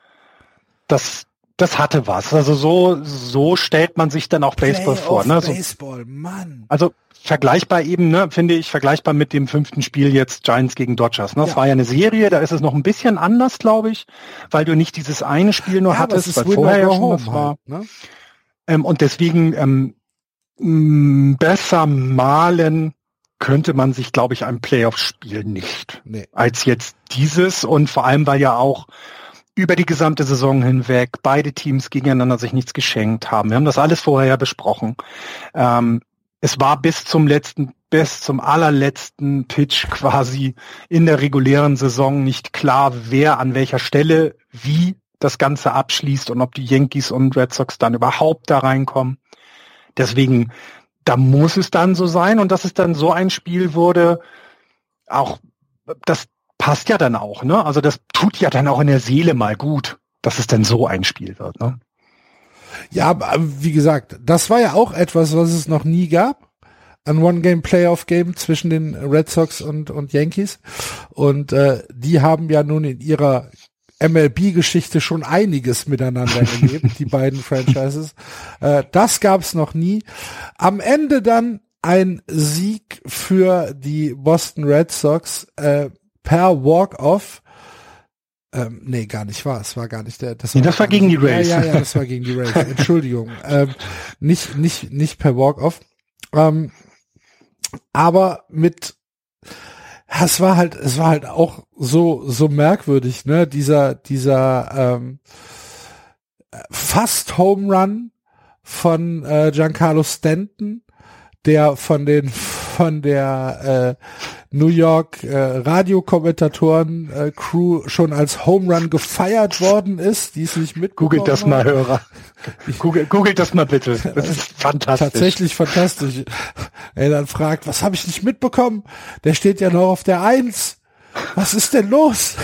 Speaker 3: das das hatte was. Also so so stellt man sich dann auch Baseball
Speaker 2: Play
Speaker 3: vor. Ne? So,
Speaker 2: Baseball, Mann.
Speaker 3: Also vergleichbar eben, ne, finde ich, vergleichbar mit dem fünften Spiel jetzt Giants gegen Dodgers. Ne? Das
Speaker 2: ja.
Speaker 3: war ja eine Serie, da ist es noch ein bisschen anders, glaube ich, weil du nicht dieses eine Spiel nur
Speaker 2: ja,
Speaker 3: hattest, weil
Speaker 2: Win
Speaker 3: vorher ja schon
Speaker 2: was
Speaker 3: was war.
Speaker 2: Halt, ne?
Speaker 3: ähm, und deswegen ähm, mh, besser malen könnte man sich, glaube ich, ein Playoff-Spiel nicht.
Speaker 2: Nee.
Speaker 3: Als jetzt dieses und vor allem, weil ja auch über die gesamte Saison hinweg beide Teams gegeneinander sich nichts geschenkt haben. Wir haben das alles vorher ja besprochen. Ähm, es war bis zum letzten, bis zum allerletzten Pitch quasi in der regulären Saison nicht klar, wer an welcher Stelle wie das Ganze abschließt und ob die Yankees und Red Sox dann überhaupt da reinkommen. Deswegen, da muss es dann so sein und dass es dann so ein Spiel wurde, auch das passt ja dann auch, ne? Also das tut ja dann auch in der Seele mal gut, dass es dann so ein Spiel wird, ne?
Speaker 2: Ja, aber wie gesagt, das war ja auch etwas, was es noch nie gab. Ein One-Game-Playoff-Game zwischen den Red Sox und, und Yankees. Und äh, die haben ja nun in ihrer M L B-Geschichte schon einiges miteinander erlebt, die beiden Franchises. Äh, das gab's noch nie. Am Ende dann ein Sieg für die Boston Red Sox äh, per Walk-Off. Ähm, nee, gar nicht wahr. Es war gar nicht der. Das war,
Speaker 3: nee, das war gegen die Rays.
Speaker 2: Ja, ja, ja, das war gegen die Rays. Entschuldigung. ähm, nicht, nicht, nicht per Walk-Off. Ähm, aber mit, es war halt, es war halt auch so, so merkwürdig, ne? Dieser, dieser ähm, fast Home Run von äh, Giancarlo Stanton, der von den von der äh, New York äh, Radiokommentatoren äh, Crew schon als Home Run gefeiert worden ist, die es nicht mitbekommen
Speaker 3: Googelt das mal, Hörer. Google, googelt das mal bitte. Das ist fantastisch.
Speaker 2: Tatsächlich fantastisch. Er dann fragt, was habe ich nicht mitbekommen? Der steht ja noch auf der Eins. Was ist denn los?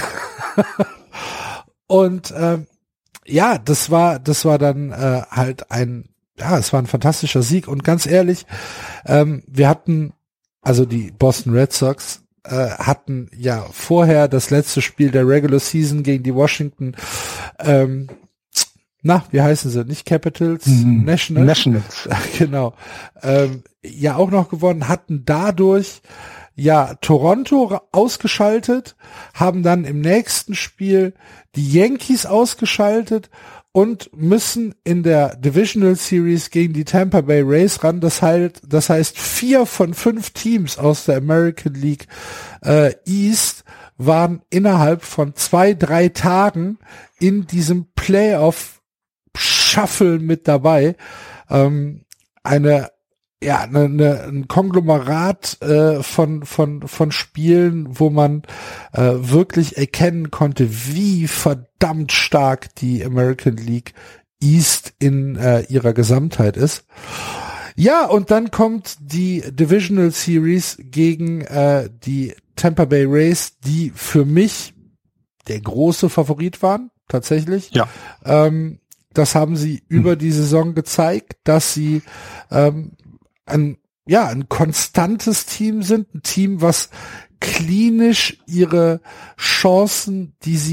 Speaker 2: Und ähm, ja, das war das war dann äh, halt ein ja, es war ein fantastischer Sieg und ganz ehrlich, ähm, wir hatten, also die Boston Red Sox äh, hatten ja vorher das letzte Spiel der Regular Season gegen die Washington, ähm, na, wie heißen sie? Nicht Capitals,
Speaker 3: mhm.
Speaker 2: Nationals.
Speaker 3: Nationals.
Speaker 2: Genau. Ähm, ja auch noch gewonnen, hatten dadurch ja Toronto ausgeschaltet, haben dann im nächsten Spiel die Yankees ausgeschaltet und müssen in der Divisional Series gegen die Tampa Bay Rays ran. Das heißt, das heißt vier von fünf Teams aus der American League äh, East waren innerhalb von zwei, drei Tagen in diesem Playoff-Shuffle mit dabei. Ähm, eine ja, ne, ne, ein Konglomerat äh, von von von Spielen, wo man äh, wirklich erkennen konnte, wie verdammt stark die American League East in äh, ihrer Gesamtheit ist. Ja, und dann kommt die Divisional Series gegen äh, die Tampa Bay Rays, die für mich der große Favorit waren, tatsächlich.
Speaker 3: Ja.
Speaker 2: Ähm, das haben sie hm. über die Saison gezeigt, dass sie ähm, ein, ja, ein konstantes Team sind, ein Team, was klinisch ihre Chancen, die sie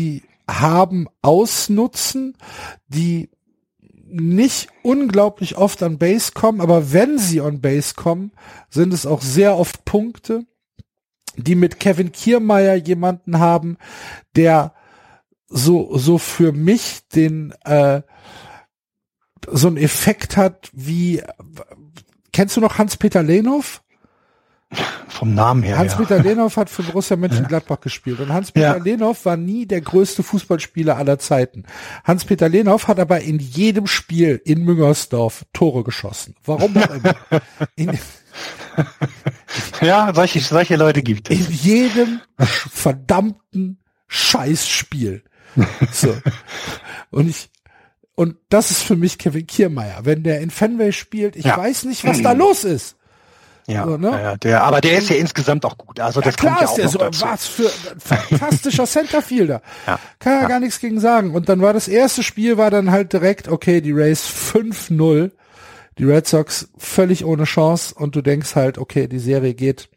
Speaker 2: haben ausnutzen, die nicht unglaublich oft an Base kommen, aber wenn sie on Base kommen, sind es auch sehr oft Punkte, die mit Kevin Kiermaier jemanden haben, der so so für mich den äh, so einen Effekt hat wie, kennst du noch Hans-Peter Lehnhoff?
Speaker 3: Vom Namen her,
Speaker 2: Hans-Peter
Speaker 3: ja.
Speaker 2: Lehnhoff hat für Borussia Mönchengladbach ja. gespielt und Hans-Peter ja. Lehnhoff war nie der größte Fußballspieler aller Zeiten. Hans-Peter Lehnhoff hat aber in jedem Spiel in Müngersdorf Tore geschossen. Warum auch immer. In,
Speaker 3: ja, solche, solche Leute gibt es.
Speaker 2: In jedem verdammten Scheißspiel. So. Und ich Und das ist für mich Kevin Kiermaier. Wenn der in Fenway spielt, ich ja. weiß nicht, was da los ist.
Speaker 3: Ja, so, ne? ja der, aber der ist ja insgesamt auch gut. Also das ja, klar kommt ja ist auch der so.
Speaker 2: Was für ein fantastischer Centerfielder. Ja. Kann ja, ja gar nichts gegen sagen. Und dann war das erste Spiel war dann halt direkt, okay, die Rays fünf null. Die Red Sox völlig ohne Chance. Und du denkst halt, okay, die Serie geht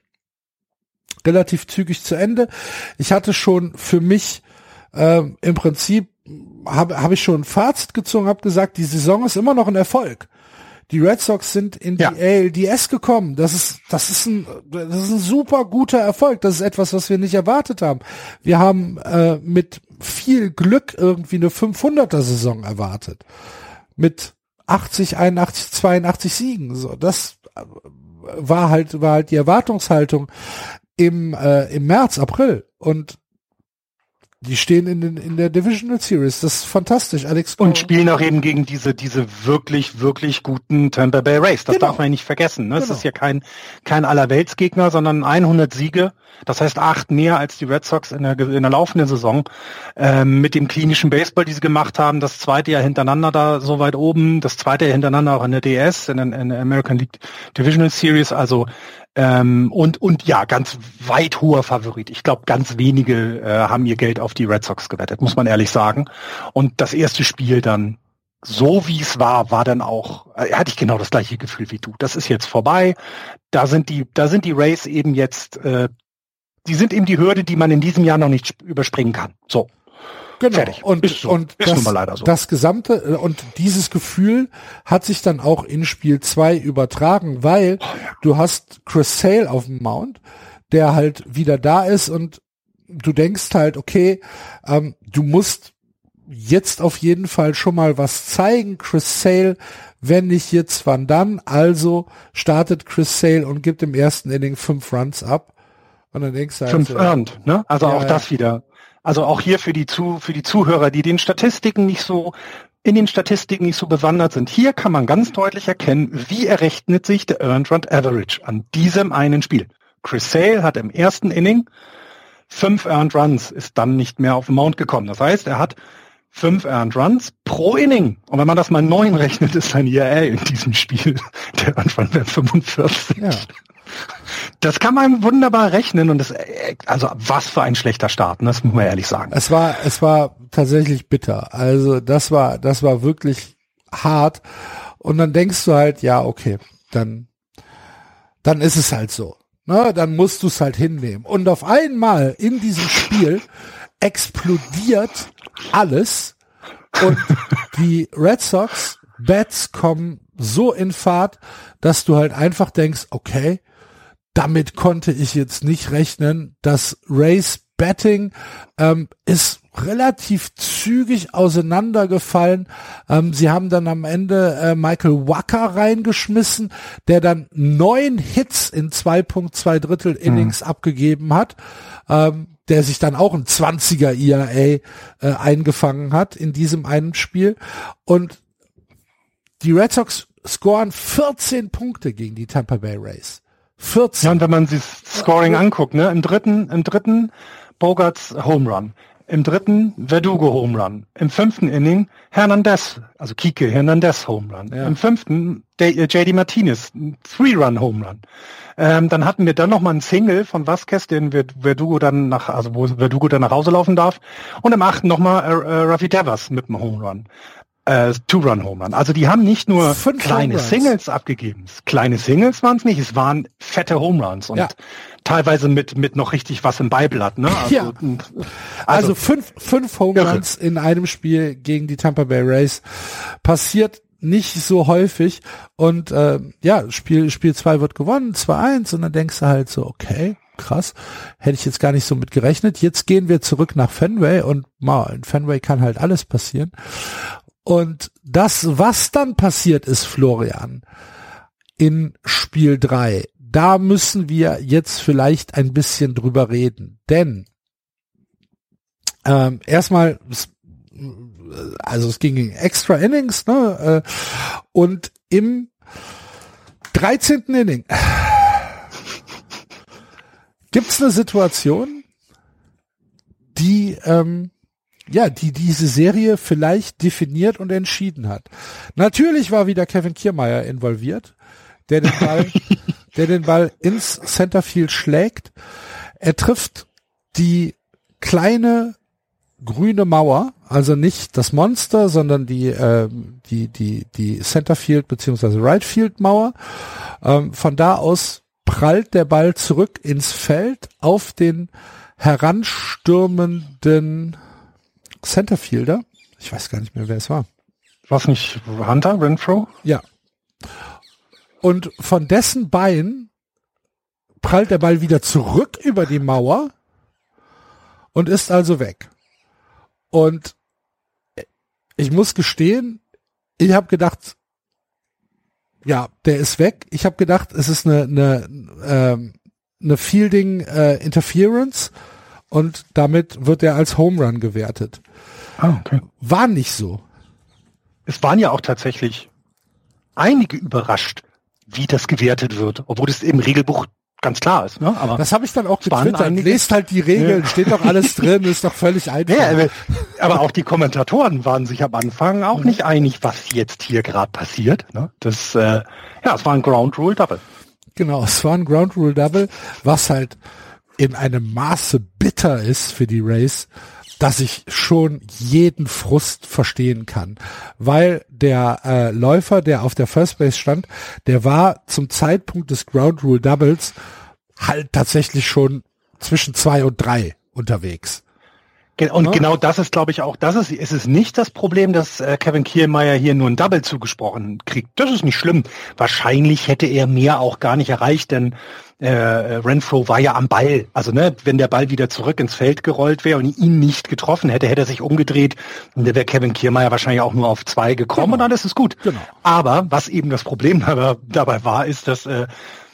Speaker 2: relativ zügig zu Ende. Ich hatte schon für mich ähm, im Prinzip habe hab ich schon ein Fazit gezogen, habe gesagt, die Saison ist immer noch ein Erfolg. Die Red Sox sind in die ja. A L D S gekommen. Das ist, das ist ein, das ist ein super guter Erfolg. Das ist etwas, was wir nicht erwartet haben. Wir haben äh, mit viel Glück irgendwie eine fünfhunderter Saison erwartet. Mit achtzig, einundachtzig, zweiundachtzig Siegen. So, das war halt, war halt die Erwartungshaltung im, äh, im März, April. Und die stehen in, den, in der Divisional Series. Das ist fantastisch, Alex.
Speaker 3: Und spielen auch eben gegen diese diese wirklich, wirklich guten Tampa Bay Rays. Das genau. darf man ja nicht vergessen. Ne? Genau. Es ist ja kein kein Allerweltsgegner, sondern hundert Siege. Das heißt acht mehr als die Red Sox in der, in der laufenden Saison. Ähm, mit dem klinischen Baseball, die sie gemacht haben. Das zweite Jahr hintereinander da so weit oben. Das zweite Jahr hintereinander auch in der D S, in, in der American League Divisional Series. Also Ähm, und und ja, ganz weit hoher Favorit. Ich glaube, ganz wenige äh, haben ihr Geld auf die Red Sox gewettet, muss man ehrlich sagen. Und das erste Spiel dann, so wie es war, war dann auch, äh, hatte ich genau das gleiche Gefühl wie du. Das ist jetzt vorbei. Da sind die, da sind die Rays eben jetzt, äh, die sind eben die Hürde, die man in diesem Jahr noch nicht überspringen kann. So.
Speaker 2: Genau.
Speaker 3: Fertig.
Speaker 2: Und,
Speaker 3: ist so.
Speaker 2: und
Speaker 3: ist
Speaker 2: das,
Speaker 3: nun mal leider so.
Speaker 2: das gesamte, und dieses Gefühl hat sich dann auch in Spiel zwei übertragen, weil oh, ja. du hast Chris Sale auf dem Mount, der halt wieder da ist und du denkst halt, okay, ähm, du musst jetzt auf jeden Fall schon mal was zeigen, Chris Sale, wenn nicht jetzt, wann dann? Also startet Chris Sale und gibt im ersten Inning fünf Runs ab. Und dann denkst du halt
Speaker 3: fünf
Speaker 2: so,
Speaker 3: earned, ne? Also
Speaker 2: ja,
Speaker 3: auch das wieder. Also auch hier für die zu für die Zuhörer, die den Statistiken nicht so in den Statistiken nicht so bewandert sind. Hier kann man ganz deutlich erkennen, wie errechnet sich der Earned Run Average an diesem einen Spiel. Chris Sale hat im ersten Inning fünf Earned Runs, ist dann nicht mehr auf den Mount gekommen. Das heißt, er hat fünf Earned Runs pro Inning. Und wenn man das mal neun rechnet, ist sein I R A in diesem Spiel der Earned Run wäre fünfundvierzig. Ja. Das kann man wunderbar rechnen und das, also was für ein schlechter Start, das muss man ehrlich sagen.
Speaker 2: Es war, es war tatsächlich bitter. Also das war, das war wirklich hart. Und dann denkst du halt, ja, okay, dann, dann ist es halt so. Ne? Dann musst du es halt hinnehmen. Und auf einmal in diesem Spiel explodiert alles und die Red Sox Bats kommen so in Fahrt, dass du halt einfach denkst, okay, damit konnte ich jetzt nicht rechnen. Das Rays Batting ähm, ist relativ zügig auseinandergefallen. Ähm, sie haben dann am Ende äh, Michael Wacker reingeschmissen, der dann neun Hits in zwei Komma zwei Drittel Innings mhm. abgegeben hat, ähm, der sich dann auch ein zwanziger I R A äh, eingefangen hat in diesem einen Spiel. Und die Red Sox scoren vierzehn Punkte gegen die Tampa Bay Rays. vierzehn.
Speaker 3: Ja, und wenn man sich Scoring ja. anguckt, ne, im dritten, im dritten Bogarts Home Run, im dritten Verdugo Home Run, im fünften Inning Hernandez, also Kike Hernandez Home Run, ja. im fünften J D Martinez, Three-Run Home Run. Ähm, dann hatten wir dann nochmal einen Single von Vasquez, den Verdugo dann nach, also wo Verdugo dann nach Hause laufen darf, und im achten nochmal äh, äh, Rafi Devers mit dem Home Run. äh, Two-Run-Home Run. Also die haben nicht nur
Speaker 2: Fünf
Speaker 3: kleine Singles abgegeben. Kleine Singles waren es nicht, es waren fette Home Runs und ja. teilweise mit mit noch richtig was im Beiblatt. Ne? Also,
Speaker 2: ja. also, also fünf, fünf Home Runs irre. in einem Spiel gegen die Tampa Bay Rays passiert nicht so häufig und äh, ja, Spiel Spiel zwei wird gewonnen, zwei eins und dann denkst du halt so, okay, krass, hätte ich jetzt gar nicht so mit gerechnet. Jetzt gehen wir zurück nach Fenway und mal, in Fenway kann halt alles passieren. Und das, was dann passiert ist, Florian, in Spiel drei, da müssen wir jetzt vielleicht ein bisschen drüber reden. Denn ähm, erstmal, also es ging gegen Extra Innings, ne? Und im dreizehnten Inning gibt's eine Situation, die ähm, ja, die diese Serie vielleicht definiert und entschieden hat. Natürlich war wieder Kevin Kiermaier involviert, der den Ball, der den Ball ins Centerfield schlägt. Er trifft die kleine grüne Mauer, also nicht das Monster, sondern die äh, die die die Centerfield beziehungsweise Rightfield Mauer. Ähm, von da aus prallt der Ball zurück ins Feld auf den heranstürmenden Centerfielder. Ich weiß gar nicht mehr, wer es war.
Speaker 3: War es nicht Hunter Renfroe?
Speaker 2: Ja. Und von dessen Bein prallt der Ball wieder zurück über die Mauer und ist also weg. Und ich muss gestehen, ich habe gedacht, ja, der ist weg. Ich habe gedacht, es ist eine eine ähm, eine Fielding äh, Interference und damit wird er als Home Run gewertet.
Speaker 3: Ah, okay.
Speaker 2: War nicht so.
Speaker 3: Es waren ja auch tatsächlich einige überrascht, wie das gewertet wird, obwohl es im Regelbuch ganz klar ist. Ne? Aber
Speaker 2: das habe ich dann auch getwittert. Lest halt die Regeln, ja. Steht doch alles drin, ist doch völlig einfach.
Speaker 3: Ja, aber, aber auch die Kommentatoren waren sich am Anfang auch nicht einig, was jetzt hier gerade passiert. Ne? Das, äh, ja, es war ein Ground Rule Double.
Speaker 2: Genau, es war ein Ground Rule Double, was halt in einem Maße bitter ist für die Rays, dass ich schon jeden Frust verstehen kann. Weil der äh, Läufer, der auf der First Base stand, der war zum Zeitpunkt des Ground Rule Doubles halt tatsächlich schon zwischen zwei und drei unterwegs.
Speaker 3: Und ja. Genau das ist, glaube ich, auch, das ist, es ist nicht das Problem, dass äh, Kevin Kiermaier hier nur ein Double zugesprochen kriegt. Das ist nicht schlimm. Wahrscheinlich hätte er mehr auch gar nicht erreicht, denn äh, Renfroe war ja am Ball. Also ne, wenn der Ball wieder zurück ins Feld gerollt wäre und ihn nicht getroffen hätte, hätte er sich umgedreht und dann wäre Kevin Kiermaier wahrscheinlich auch nur auf zwei gekommen genau. Und dann ist es gut. Genau. Aber was eben das Problem dabei, dabei war, ist, dass äh,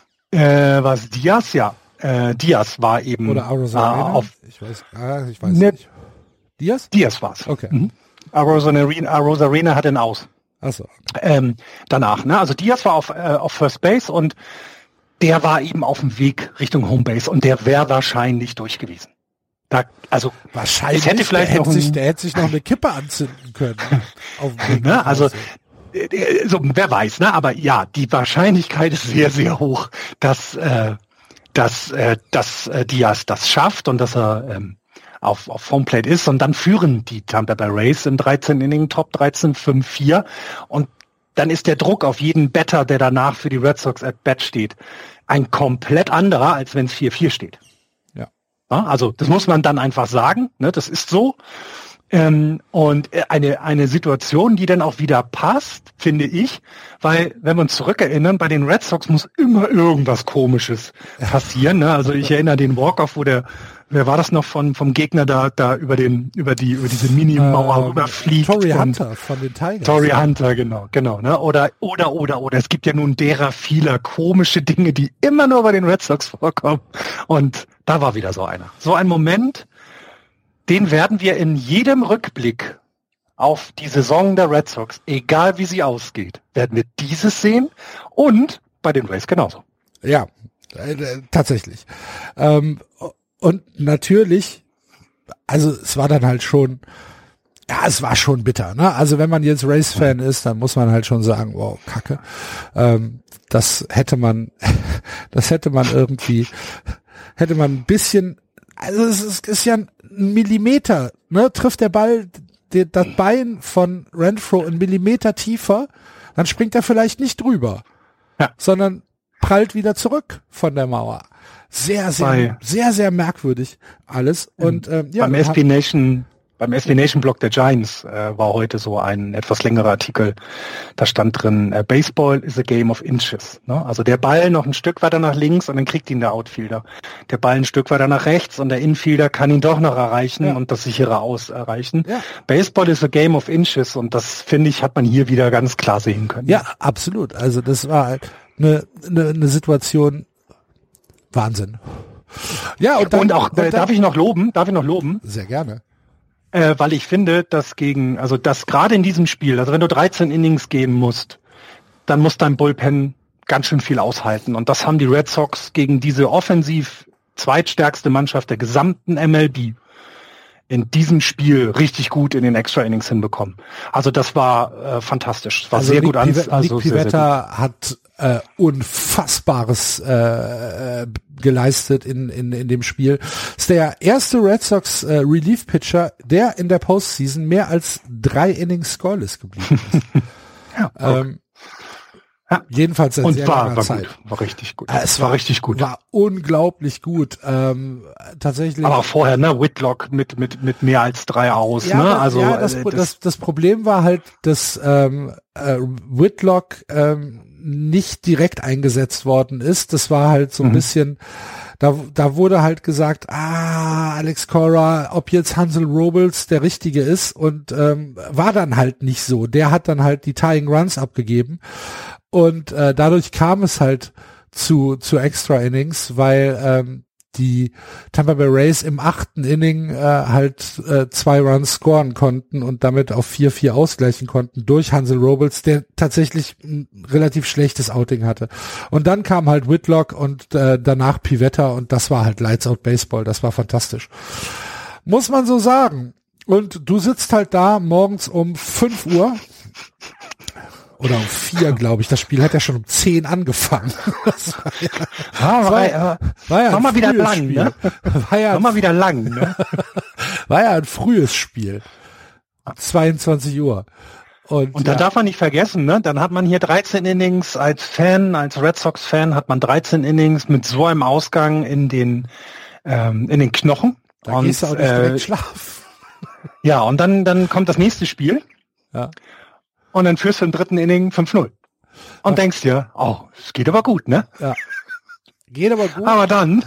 Speaker 3: äh, was Diaz, ja, äh, Diaz war eben
Speaker 2: oder Arozarena?
Speaker 3: Äh, auf
Speaker 2: ich weiß, ah, ich weiß ne, nicht. Diaz?
Speaker 3: Diaz war's.
Speaker 2: Okay.
Speaker 3: Mhm. Arozarena, Arozarena hat den aus.
Speaker 2: Ach so.
Speaker 3: Ähm, danach, ne? Also Diaz war auf, äh, auf First Base und der war eben auf dem Weg Richtung Homebase und der wäre wahrscheinlich durch gewesen. Da, also
Speaker 2: wahrscheinlich.
Speaker 3: Es hätte vielleicht
Speaker 2: der,
Speaker 3: noch
Speaker 2: hätte
Speaker 3: ein,
Speaker 2: sich, der hätte sich noch eine Kippe anzünden können. auf dem Weg
Speaker 3: ne? Also äh, so, wer weiß, ne? Aber ja, die Wahrscheinlichkeit ist sehr, sehr hoch, dass äh, dass äh, dass äh, Diaz das schafft und dass er ähm, auf, auf Homeplate ist und dann führen die Tampa Bay Rays im dreizehnten Inning Top dreizehn fünf vier und dann ist der Druck auf jeden Batter, der danach für die Red Sox at bat steht, ein komplett anderer, als wenn es vier vier steht.
Speaker 2: Ja.
Speaker 3: Ja, also das muss man dann einfach sagen, ne, das ist so. Ähm, und eine eine Situation, die dann auch wieder passt, finde ich, weil, wenn wir uns zurückerinnern, bei den Red Sox muss immer irgendwas Komisches passieren. Ne? Also ich erinnere den Walk-Off, wo der, wer war das noch von vom Gegner da da über den über die über diese Mini-Mauer ähm, rüberfliegt?
Speaker 2: Torrey Hunter von den Tigers.
Speaker 3: Torrey Hunter, genau, genau. Ne? Oder oder oder oder es gibt ja nun derer vieler komische Dinge, die immer nur bei den Red Sox vorkommen. Und da war wieder so einer. So ein Moment, den werden wir in jedem Rückblick auf die Saison der Red Sox, egal wie sie ausgeht, werden wir dieses sehen und bei den Rays genauso.
Speaker 2: Ja, äh, tatsächlich. Ähm, und natürlich, also es war dann halt schon, ja, es war schon bitter, ne? Also wenn man jetzt Rays-Fan ist, dann muss man halt schon sagen, wow, Kacke. Ähm, das hätte man, das hätte man irgendwie, hätte man ein bisschen, also es ist, ist ja ein Millimeter, ne? Trifft der Ball die, das Bein von Renfrow einen Millimeter tiefer, dann springt er vielleicht nicht drüber, ja. sondern prallt wieder zurück von der Mauer. Sehr, sehr, Bei, sehr, sehr merkwürdig alles. Und ähm, ja,
Speaker 3: beim S B Nation, beim S B Nation Blog der Giants äh, war heute so ein etwas längerer Artikel. Da stand drin: äh, Baseball is a game of inches. Ne? Also der Ball noch ein Stück weiter nach links und dann kriegt ihn der Outfielder. Der Ball ein Stück weiter nach rechts und der Infielder kann ihn doch noch erreichen ja. und das sichere Aus erreichen. Ja. Baseball is a game of inches und das, finde ich, hat man hier wieder ganz klar sehen können.
Speaker 2: Ja, absolut. Also das war halt eine, eine, eine Situation. Wahnsinn. Ja, und, dann,
Speaker 3: und auch,
Speaker 2: und dann,
Speaker 3: darf ich noch loben, darf ich noch loben?
Speaker 2: Sehr gerne.
Speaker 3: Äh, weil ich finde, dass gegen, also dass gerade in diesem Spiel, also wenn du dreizehn Innings geben musst, dann muss dein Bullpen ganz schön viel aushalten. Und das haben die Red Sox gegen diese offensiv zweitstärkste Mannschaft der gesamten M L B in diesem Spiel richtig gut in den Extra Innings hinbekommen. Also das war äh, fantastisch. Das war also sehr Nick gut an.
Speaker 2: Pive- also Nick Pivetta hat äh, Unfassbares äh, geleistet in, in, in dem Spiel. Ist der erste Red Sox äh, Relief Pitcher, der in der Postseason mehr als drei Innings scoreless geblieben ist. ja, ähm, ja. Jedenfalls seit
Speaker 3: und
Speaker 2: sehr
Speaker 3: war,
Speaker 2: langer
Speaker 3: war
Speaker 2: Zeit.
Speaker 3: Gut, war richtig gut.
Speaker 2: Äh, es war, war richtig gut. War unglaublich gut. Ähm, tatsächlich.
Speaker 3: Aber auch vorher, ne, Whitlock mit mit mit mehr als drei aus,
Speaker 2: ja,
Speaker 3: ne? Also
Speaker 2: ja, das,
Speaker 3: äh,
Speaker 2: das, das das Problem war halt, dass ähm, äh, Whitlock ähm, nicht direkt eingesetzt worden ist. Das war halt so ein mhm. bisschen, da da wurde halt gesagt, ah, Alex Cora, ob jetzt Hansel Robles der Richtige ist, und ähm, war dann halt nicht so. Der hat dann halt die Tying Runs abgegeben. Und äh, dadurch kam es halt zu zu Extra Innings, weil ähm, die Tampa Bay Rays im achten Inning äh, halt äh, zwei Runs scoren konnten und damit auf vier vier ausgleichen konnten durch Hansel Robles, der tatsächlich ein relativ schlechtes Outing hatte. Und dann kam halt Whitlock und äh, danach Pivetta und das war halt Lights Out Baseball. Das war fantastisch. Muss man so sagen. Und du sitzt halt da morgens um fünf Uhr. Oder um vier, glaube ich. Das Spiel hat ja schon um zehn angefangen. Das war ja,
Speaker 3: ah, war, war, ja, war, ja war mal wieder lang, Spiel. ne? War, ja war mal wieder lang, ne?
Speaker 2: War ja ein frühes Spiel. zweiundzwanzig Uhr. Und,
Speaker 3: und da ja. darf man nicht vergessen, ne? Dann hat man hier dreizehn Innings als Fan, als Red Sox-Fan hat man dreizehn Innings mit so einem Ausgang in den, ähm, in den Knochen.
Speaker 2: Da
Speaker 3: und,
Speaker 2: gehst du auch nicht
Speaker 3: äh,
Speaker 2: direkt schlafen.
Speaker 3: Ja, und dann, dann kommt das nächste Spiel.
Speaker 2: Ja.
Speaker 3: Und dann führst du im dritten Inning fünf null. Und ja. denkst dir, oh, es geht aber gut, ne?
Speaker 2: Ja. Geht aber gut.
Speaker 3: Aber dann,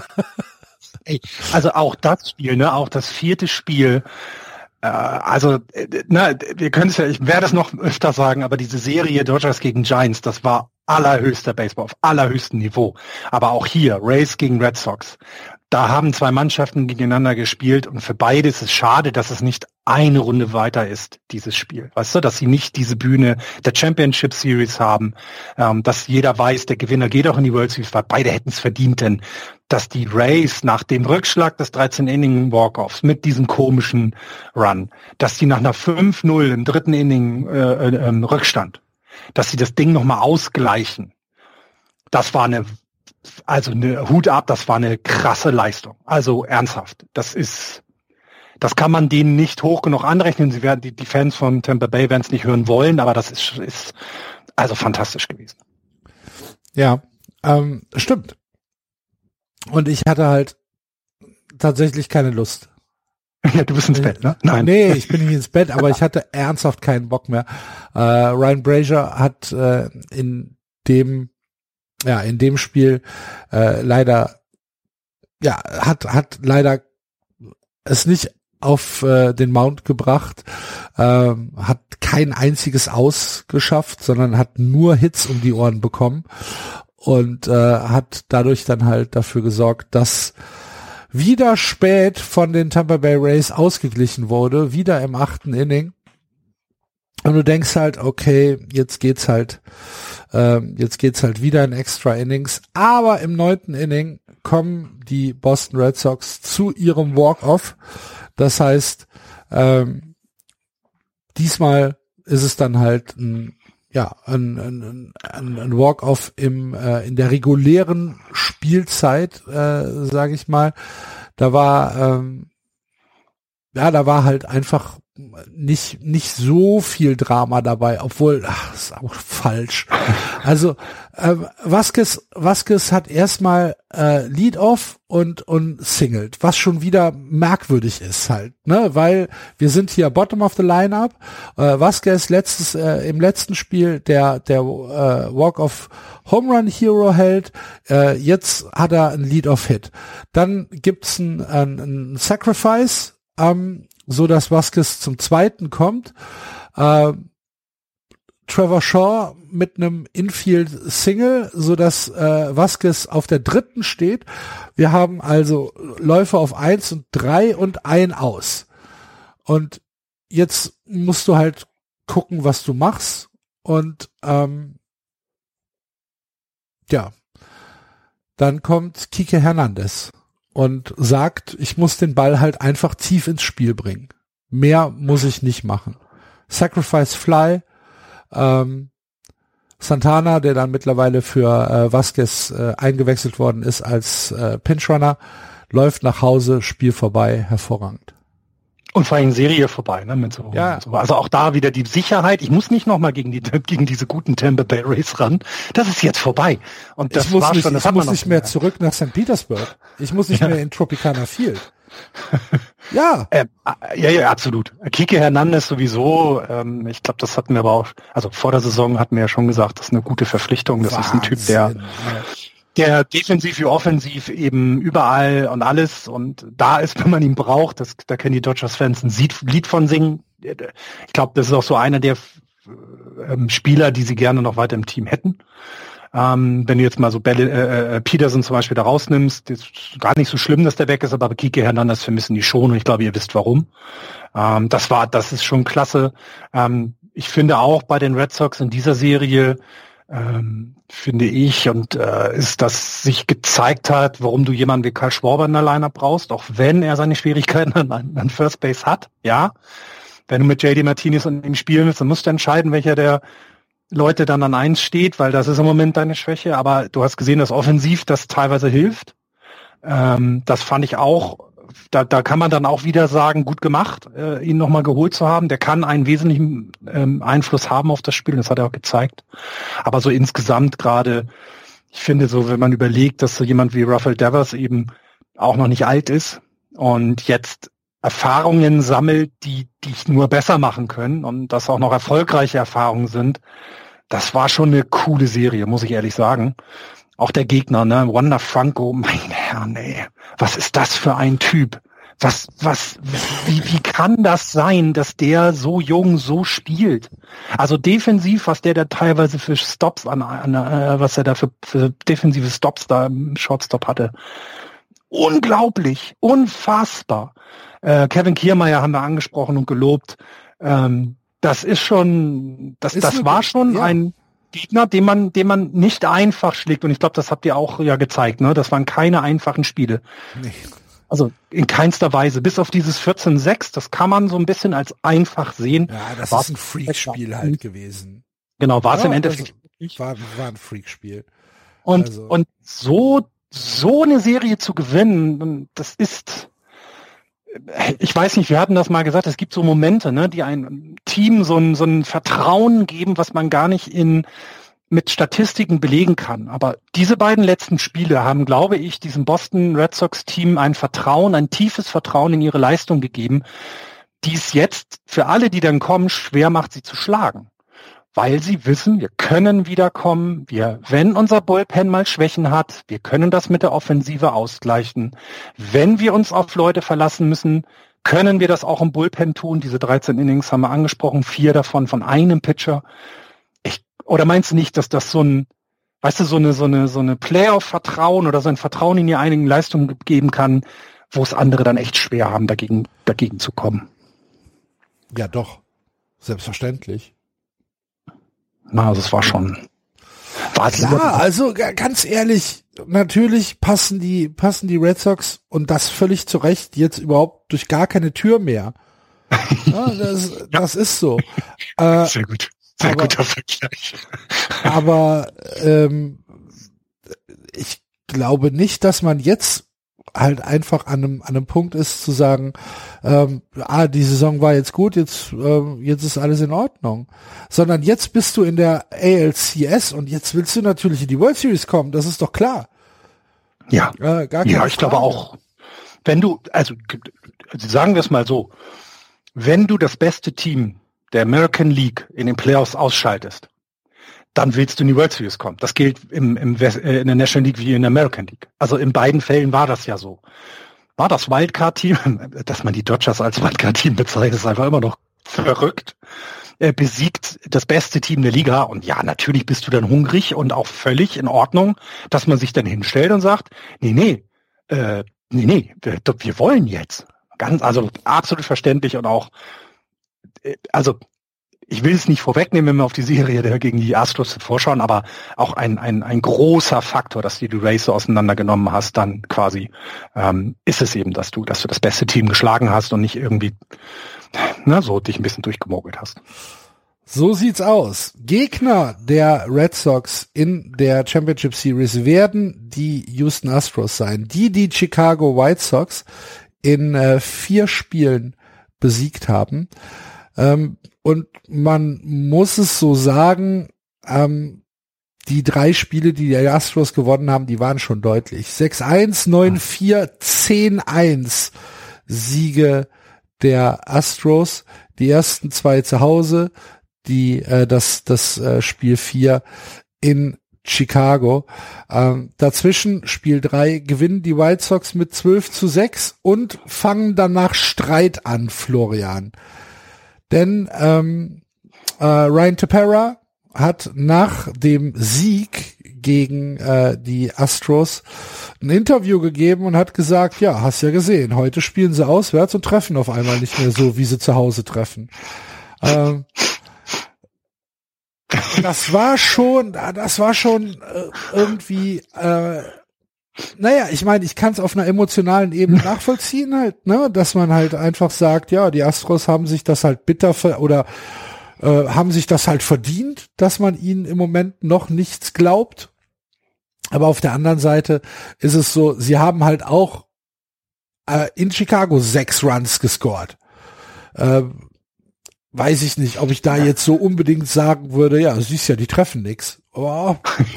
Speaker 3: ey, also auch das Spiel, ne, auch das vierte Spiel, äh, also, äh, na, wir können es ja, ich werde es noch öfter sagen, aber diese Serie Dodgers gegen Giants, das war allerhöchster Baseball, auf allerhöchstem Niveau. Aber auch hier, Rays gegen Red Sox. Da haben zwei Mannschaften gegeneinander gespielt und für beide ist es schade, dass es nicht eine Runde weiter ist, dieses Spiel. Weißt du, dass sie nicht diese Bühne der Championship Series haben, ähm, dass jeder weiß, der Gewinner geht auch in die World Series, weil beide hätten es verdient, denn dass die Rays nach dem Rückschlag des dreizehn Inning Walk-Offs mit diesem komischen Run, dass die nach einer fünf null im dritten Inning äh, äh, Rückstand, dass sie das Ding nochmal ausgleichen, das war eine Also eine Hut ab, das war eine krasse Leistung. Also ernsthaft, das ist, das kann man denen nicht hoch genug anrechnen. Sie werden, die, die Fans von Tampa Bay werden es nicht hören wollen, aber das ist, ist also fantastisch gewesen.
Speaker 2: Ja, ähm, stimmt. Und ich hatte halt tatsächlich keine Lust.
Speaker 3: Ja, du bist ins Bett, ne?
Speaker 2: Nein. Nee, ich bin nicht ins Bett, aber ich hatte ernsthaft keinen Bock mehr. Äh, Ryan Brazier hat äh, in dem Ja, in dem Spiel äh, leider, ja, hat hat leider es nicht auf äh, den Mount gebracht, ähm, hat kein einziges Aus geschafft, sondern hat nur Hits um die Ohren bekommen und äh, hat dadurch dann halt dafür gesorgt, dass wieder spät von den Tampa Bay Rays ausgeglichen wurde, wieder im achten Inning. Und du denkst halt, okay, jetzt geht's halt, ähm, jetzt geht's halt wieder in Extra Innings. Aber im neunten Inning kommen die Boston Red Sox zu ihrem Walk-Off. Das heißt, ähm, diesmal ist es dann halt ein, ja, ein, ein, ein, ein Walk-Off im äh, in der regulären Spielzeit, äh, sage ich mal. Da war, ähm, ja, da war halt einfach nicht nicht so viel Drama dabei, obwohl, ach, ist auch falsch. Also äh, Vasquez Vasquez hat erstmal äh, Lead-Off und und singled, was schon wieder merkwürdig ist halt, ne, weil wir sind hier Bottom of the Lineup. Äh, Vasquez letztes äh, im letzten Spiel der der äh, Walk of Home Run Hero hält. Äh, jetzt hat er einen Lead-Off-Hit. Dann gibt's ein, ein, ein Sacrifice, ähm, so dass Vasquez zum zweiten kommt. Äh, Trevor Shaw mit einem Infield Single, so dass äh, Vasquez auf der dritten steht. Wir haben also Läufe auf eins und drei und ein aus. Und jetzt musst du halt gucken, was du machst. Und ähm, ja, dann kommt Kike Hernandez und sagt, ich muss den Ball halt einfach tief ins Spiel bringen. Mehr muss ich nicht machen. Sacrifice Fly, ähm, Santana, der dann mittlerweile für äh, Vasquez äh, eingewechselt worden ist als äh, Pinchrunner, läuft nach Hause, Spiel vorbei, hervorragend.
Speaker 3: Und vor allem Serie vorbei, ne? Mit so,
Speaker 2: ja.
Speaker 3: mit so. Also auch da wieder die Sicherheit. Ich muss nicht nochmal gegen die gegen diese guten Tampa Bay Rays ran. Das ist jetzt vorbei. Und das
Speaker 2: ich muss
Speaker 3: war
Speaker 2: nicht,
Speaker 3: schon. Das
Speaker 2: ich
Speaker 3: hat
Speaker 2: muss
Speaker 3: man
Speaker 2: nicht mehr zurück nach Sankt Petersburg. Ich muss nicht ja. mehr in Tropicana Field. Ja.
Speaker 3: Äh, ja, ja, absolut. Kike Hernandez sowieso. Ähm, ich glaube, das hatten wir aber auch. Also vor der Saison hatten wir ja schon gesagt, das ist eine gute Verpflichtung. Das Wahnsinn. Ist ein Typ, der der defensiv wie offensiv eben überall und alles und da ist, wenn man ihn braucht, das, da können die Dodgers-Fans ein Lied von singen. Ich glaube, das ist auch so einer der ähm, Spieler, die sie gerne noch weiter im Team hätten. Ähm, wenn du jetzt mal so Bell, äh, Peterson zum Beispiel da rausnimmst, ist gar nicht so schlimm, dass der weg ist, aber Kike Hernandez vermissen die schon und ich glaube, ihr wisst warum. Ähm, das war, das ist schon klasse. Ähm, ich finde auch bei den Red Sox in dieser Serie Ähm, finde ich, und äh, ist, dass sich gezeigt hat, warum du jemanden wie Kyle Schwarber in der Lineup brauchst, auch wenn er seine Schwierigkeiten an, an First Base hat, ja. Wenn du mit J D Martinez und ihm spielen willst, dann musst du entscheiden, welcher der Leute dann an eins steht, weil das ist im Moment deine Schwäche, aber du hast gesehen, dass offensiv das teilweise hilft. Ähm, das fand ich auch, da, da kann man dann auch wieder sagen, gut gemacht, äh, ihn nochmal geholt zu haben. Der kann einen wesentlichen ähm, Einfluss haben auf das Spiel, das hat er auch gezeigt. Aber so insgesamt gerade, ich finde so, wenn man überlegt, dass so jemand wie Rafael Devers eben auch noch nicht alt ist und jetzt Erfahrungen sammelt, die die ich nur besser machen können und das auch noch erfolgreiche Erfahrungen sind, das war schon eine coole Serie, muss ich ehrlich sagen. Auch der Gegner, ne, Wander Franco, mein Herr, nee, was ist das für ein Typ? Was, was, wie, wie kann das sein, dass der so jung so spielt? Also defensiv, was der da teilweise für Stops an, an äh, was er da für, für defensive Stops da im Shortstop hatte. Unglaublich, unfassbar. Äh, Kevin Kiermaier haben wir angesprochen und gelobt. Ähm, das ist schon, das, ist das war schon ja. ein Gegner, den man, den man nicht einfach schlägt. Und ich glaube, das habt ihr auch ja gezeigt, ne? Das waren keine einfachen Spiele. Nee. Also in keinster Weise. Bis auf dieses vierzehn sechs, das kann man so ein bisschen als einfach sehen.
Speaker 2: Ja, das war's ist ein Freakspiel halt gewesen.
Speaker 3: Genau, war es
Speaker 2: ja,
Speaker 3: im Endeffekt.
Speaker 2: War, war ein Freakspiel.
Speaker 3: Und,
Speaker 2: also.
Speaker 3: und so, so eine Serie zu gewinnen, das ist, ich weiß nicht, wir hatten das mal gesagt, es gibt so Momente, ne, die einem Team so ein, so ein Vertrauen geben, was man gar nicht in mit Statistiken belegen kann. Aber diese beiden letzten Spiele haben, glaube ich, diesem Boston Red Sox Team ein Vertrauen, ein tiefes Vertrauen in ihre Leistung gegeben, die es jetzt für alle, die dann kommen, schwer macht, sie zu schlagen. Weil sie wissen, wir können wiederkommen, wir, wenn unser Bullpen mal Schwächen hat, wir können das mit der Offensive ausgleichen. Wenn wir uns auf Leute verlassen müssen, können wir das auch im Bullpen tun. Diese dreizehn Innings haben wir angesprochen, vier davon von einem Pitcher. Ich, oder meinst du nicht, dass das so ein, weißt du, so eine, so eine, so eine Playoff-Vertrauen oder so ein Vertrauen in die einigen Leistungen geben kann, wo es andere dann echt schwer haben, dagegen, dagegen zu kommen?
Speaker 2: Ja, doch. Selbstverständlich.
Speaker 3: Na, also es war schon. War
Speaker 2: klar, also ganz ehrlich, natürlich passen die passen die Red Sox und das völlig zu Recht jetzt überhaupt durch gar keine Tür mehr. Ja, das, ja. das ist so. Äh,
Speaker 3: Sehr gut, sehr
Speaker 2: aber,
Speaker 3: guter Vergleich.
Speaker 2: Aber ähm, ich glaube nicht, dass man jetzt halt einfach an einem, an einem Punkt ist zu sagen, ähm, ah, die Saison war jetzt gut, jetzt, äh, jetzt ist alles in Ordnung. Sondern jetzt bist du in der A L C S und jetzt willst du natürlich in die World Series kommen, das ist doch klar.
Speaker 3: Ja,
Speaker 2: äh, gar keine
Speaker 3: ja, ich
Speaker 2: Frage.
Speaker 3: glaube auch, wenn du, also sagen wir es mal so, wenn du das beste Team der American League in den Playoffs ausschaltest, dann willst du in die World Series kommen. Das gilt im, im West, äh, in der National League wie in der American League. Also in beiden Fällen war das ja so. War das Wildcard-Team, dass man die Dodgers als Wildcard-Team bezeichnet, ist einfach immer noch verrückt, äh, besiegt das beste Team der Liga. Und ja, natürlich bist du dann hungrig und auch völlig in Ordnung, dass man sich dann hinstellt und sagt, nee, nee, äh, nee, nee, wir, wir wollen jetzt. Ganz, also absolut verständlich und auch, äh, also ich will es nicht vorwegnehmen, wenn wir auf die Serie der gegen die Astros vorschauen, aber auch ein ein ein großer Faktor, dass du die Race so auseinandergenommen hast, dann quasi ähm, ist es eben, dass du dass du das beste Team geschlagen hast und nicht irgendwie na, so dich ein bisschen durchgemogelt hast.
Speaker 2: So sieht's aus. Gegner der Red Sox in der Championship Series werden die Houston Astros sein, die die Chicago White Sox in äh, vier Spielen besiegt haben. Ähm, und man muss es so sagen, ähm, die drei Spiele, die die Astros gewonnen haben, die waren schon deutlich. sechs eins, neun vier, zehn eins Siege der Astros. Die ersten zwei zu Hause, die äh, das das äh, Spiel vier in Chicago. Ähm, dazwischen Spiel drei gewinnen die White Sox mit zwölf zu sechs und fangen danach Streit an, Florian. Denn ähm, äh, Ryan Tepera hat nach dem Sieg gegen äh, die Astros ein Interview gegeben und hat gesagt, ja, hast ja gesehen, heute spielen sie auswärts und treffen auf einmal nicht mehr so, wie sie zu Hause treffen. Ähm, das war schon, das war schon äh, irgendwie, äh, naja, ich meine, ich kann es auf einer emotionalen Ebene nachvollziehen halt, ne, dass man halt einfach sagt, ja, die Astros haben sich das halt bitter ver- oder äh, haben sich das halt verdient, dass man ihnen im Moment noch nichts glaubt. Aber auf der anderen Seite ist es so, sie haben halt auch äh, in Chicago sechs Runs gescored. Äh, weiß ich nicht, ob ich da jetzt so unbedingt sagen würde, ja, siehst ja, die treffen nix. Oh.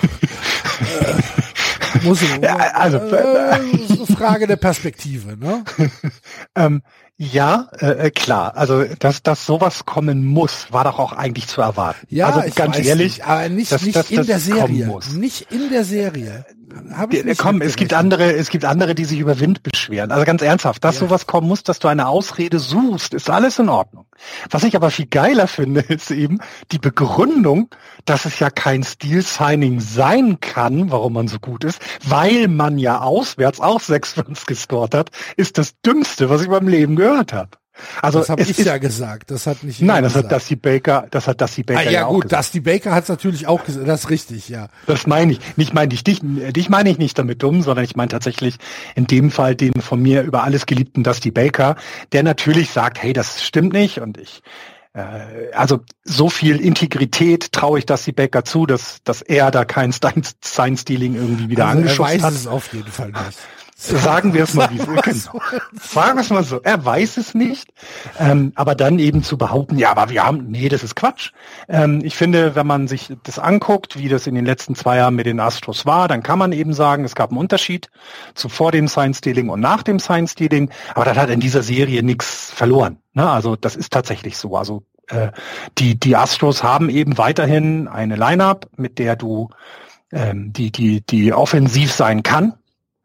Speaker 2: äh, Muss,
Speaker 3: ja, also
Speaker 2: äh, Frage der Perspektive, ne?
Speaker 3: ähm, ja, äh, klar. Also dass dass sowas kommen muss, war doch auch eigentlich zu erwarten.
Speaker 2: Ja,
Speaker 3: also
Speaker 2: ich
Speaker 3: ganz
Speaker 2: weiß
Speaker 3: ehrlich,
Speaker 2: nicht, aber nicht,
Speaker 3: dass,
Speaker 2: nicht
Speaker 3: dass,
Speaker 2: in
Speaker 3: dass
Speaker 2: der Serie,
Speaker 3: muss.
Speaker 2: nicht in der Serie. Hab ich nicht
Speaker 3: Komm, es gibt andere, es gibt andere, die sich über Wind beschweren. Also ganz ernsthaft, dass
Speaker 2: ja.
Speaker 3: sowas kommen muss, dass du eine Ausrede suchst, ist alles in Ordnung. Was ich aber viel geiler finde, ist eben die Begründung, dass es ja kein Steal-Signing sein kann, warum man so gut ist, weil man ja auswärts auch sechs fünf gescored hat, ist das Dümmste, was ich beim Leben gehört habe. Also
Speaker 2: das habe ich
Speaker 3: ist,
Speaker 2: ja gesagt. Das hat nicht.
Speaker 3: Nein, das
Speaker 2: gesagt.
Speaker 3: hat Dusty Baker. Das hat Dusty Baker
Speaker 2: ah, ja,
Speaker 3: ja auch
Speaker 2: gut.
Speaker 3: gesagt.
Speaker 2: Dusty Baker hat es natürlich auch gesagt. Das ist richtig, ja.
Speaker 3: Das meine ich. Nicht meine ich dich. Dich meine ich nicht damit dumm, sondern ich meine tatsächlich in dem Fall den von mir über alles geliebten Dusty Baker, der natürlich sagt, hey, das stimmt nicht und ich. Äh, also so viel Integrität traue ich Dusty Baker zu, dass dass er da kein Sign-Stealing irgendwie wieder
Speaker 2: also
Speaker 3: angeschossen
Speaker 2: er weiß
Speaker 3: hat.
Speaker 2: Es auf jeden Fall nicht.
Speaker 3: Sagen wir es mal, wie es ist. Sagen wir es mal so. Er weiß es nicht. Ähm, aber dann eben zu behaupten, ja, aber wir haben, nee, das ist Quatsch. Ähm, ich finde, wenn man sich das anguckt, wie das in den letzten zwei Jahren mit den Astros war, dann kann man eben sagen, es gab einen Unterschied zu vor dem Sign-Stealing und nach dem Sign-Stealing. Aber das hat in dieser Serie nichts verloren. Ne? Also das ist tatsächlich so. Also äh, die, die Astros haben eben weiterhin eine Line-Up, mit der du ähm, die, die, die offensiv sein kann.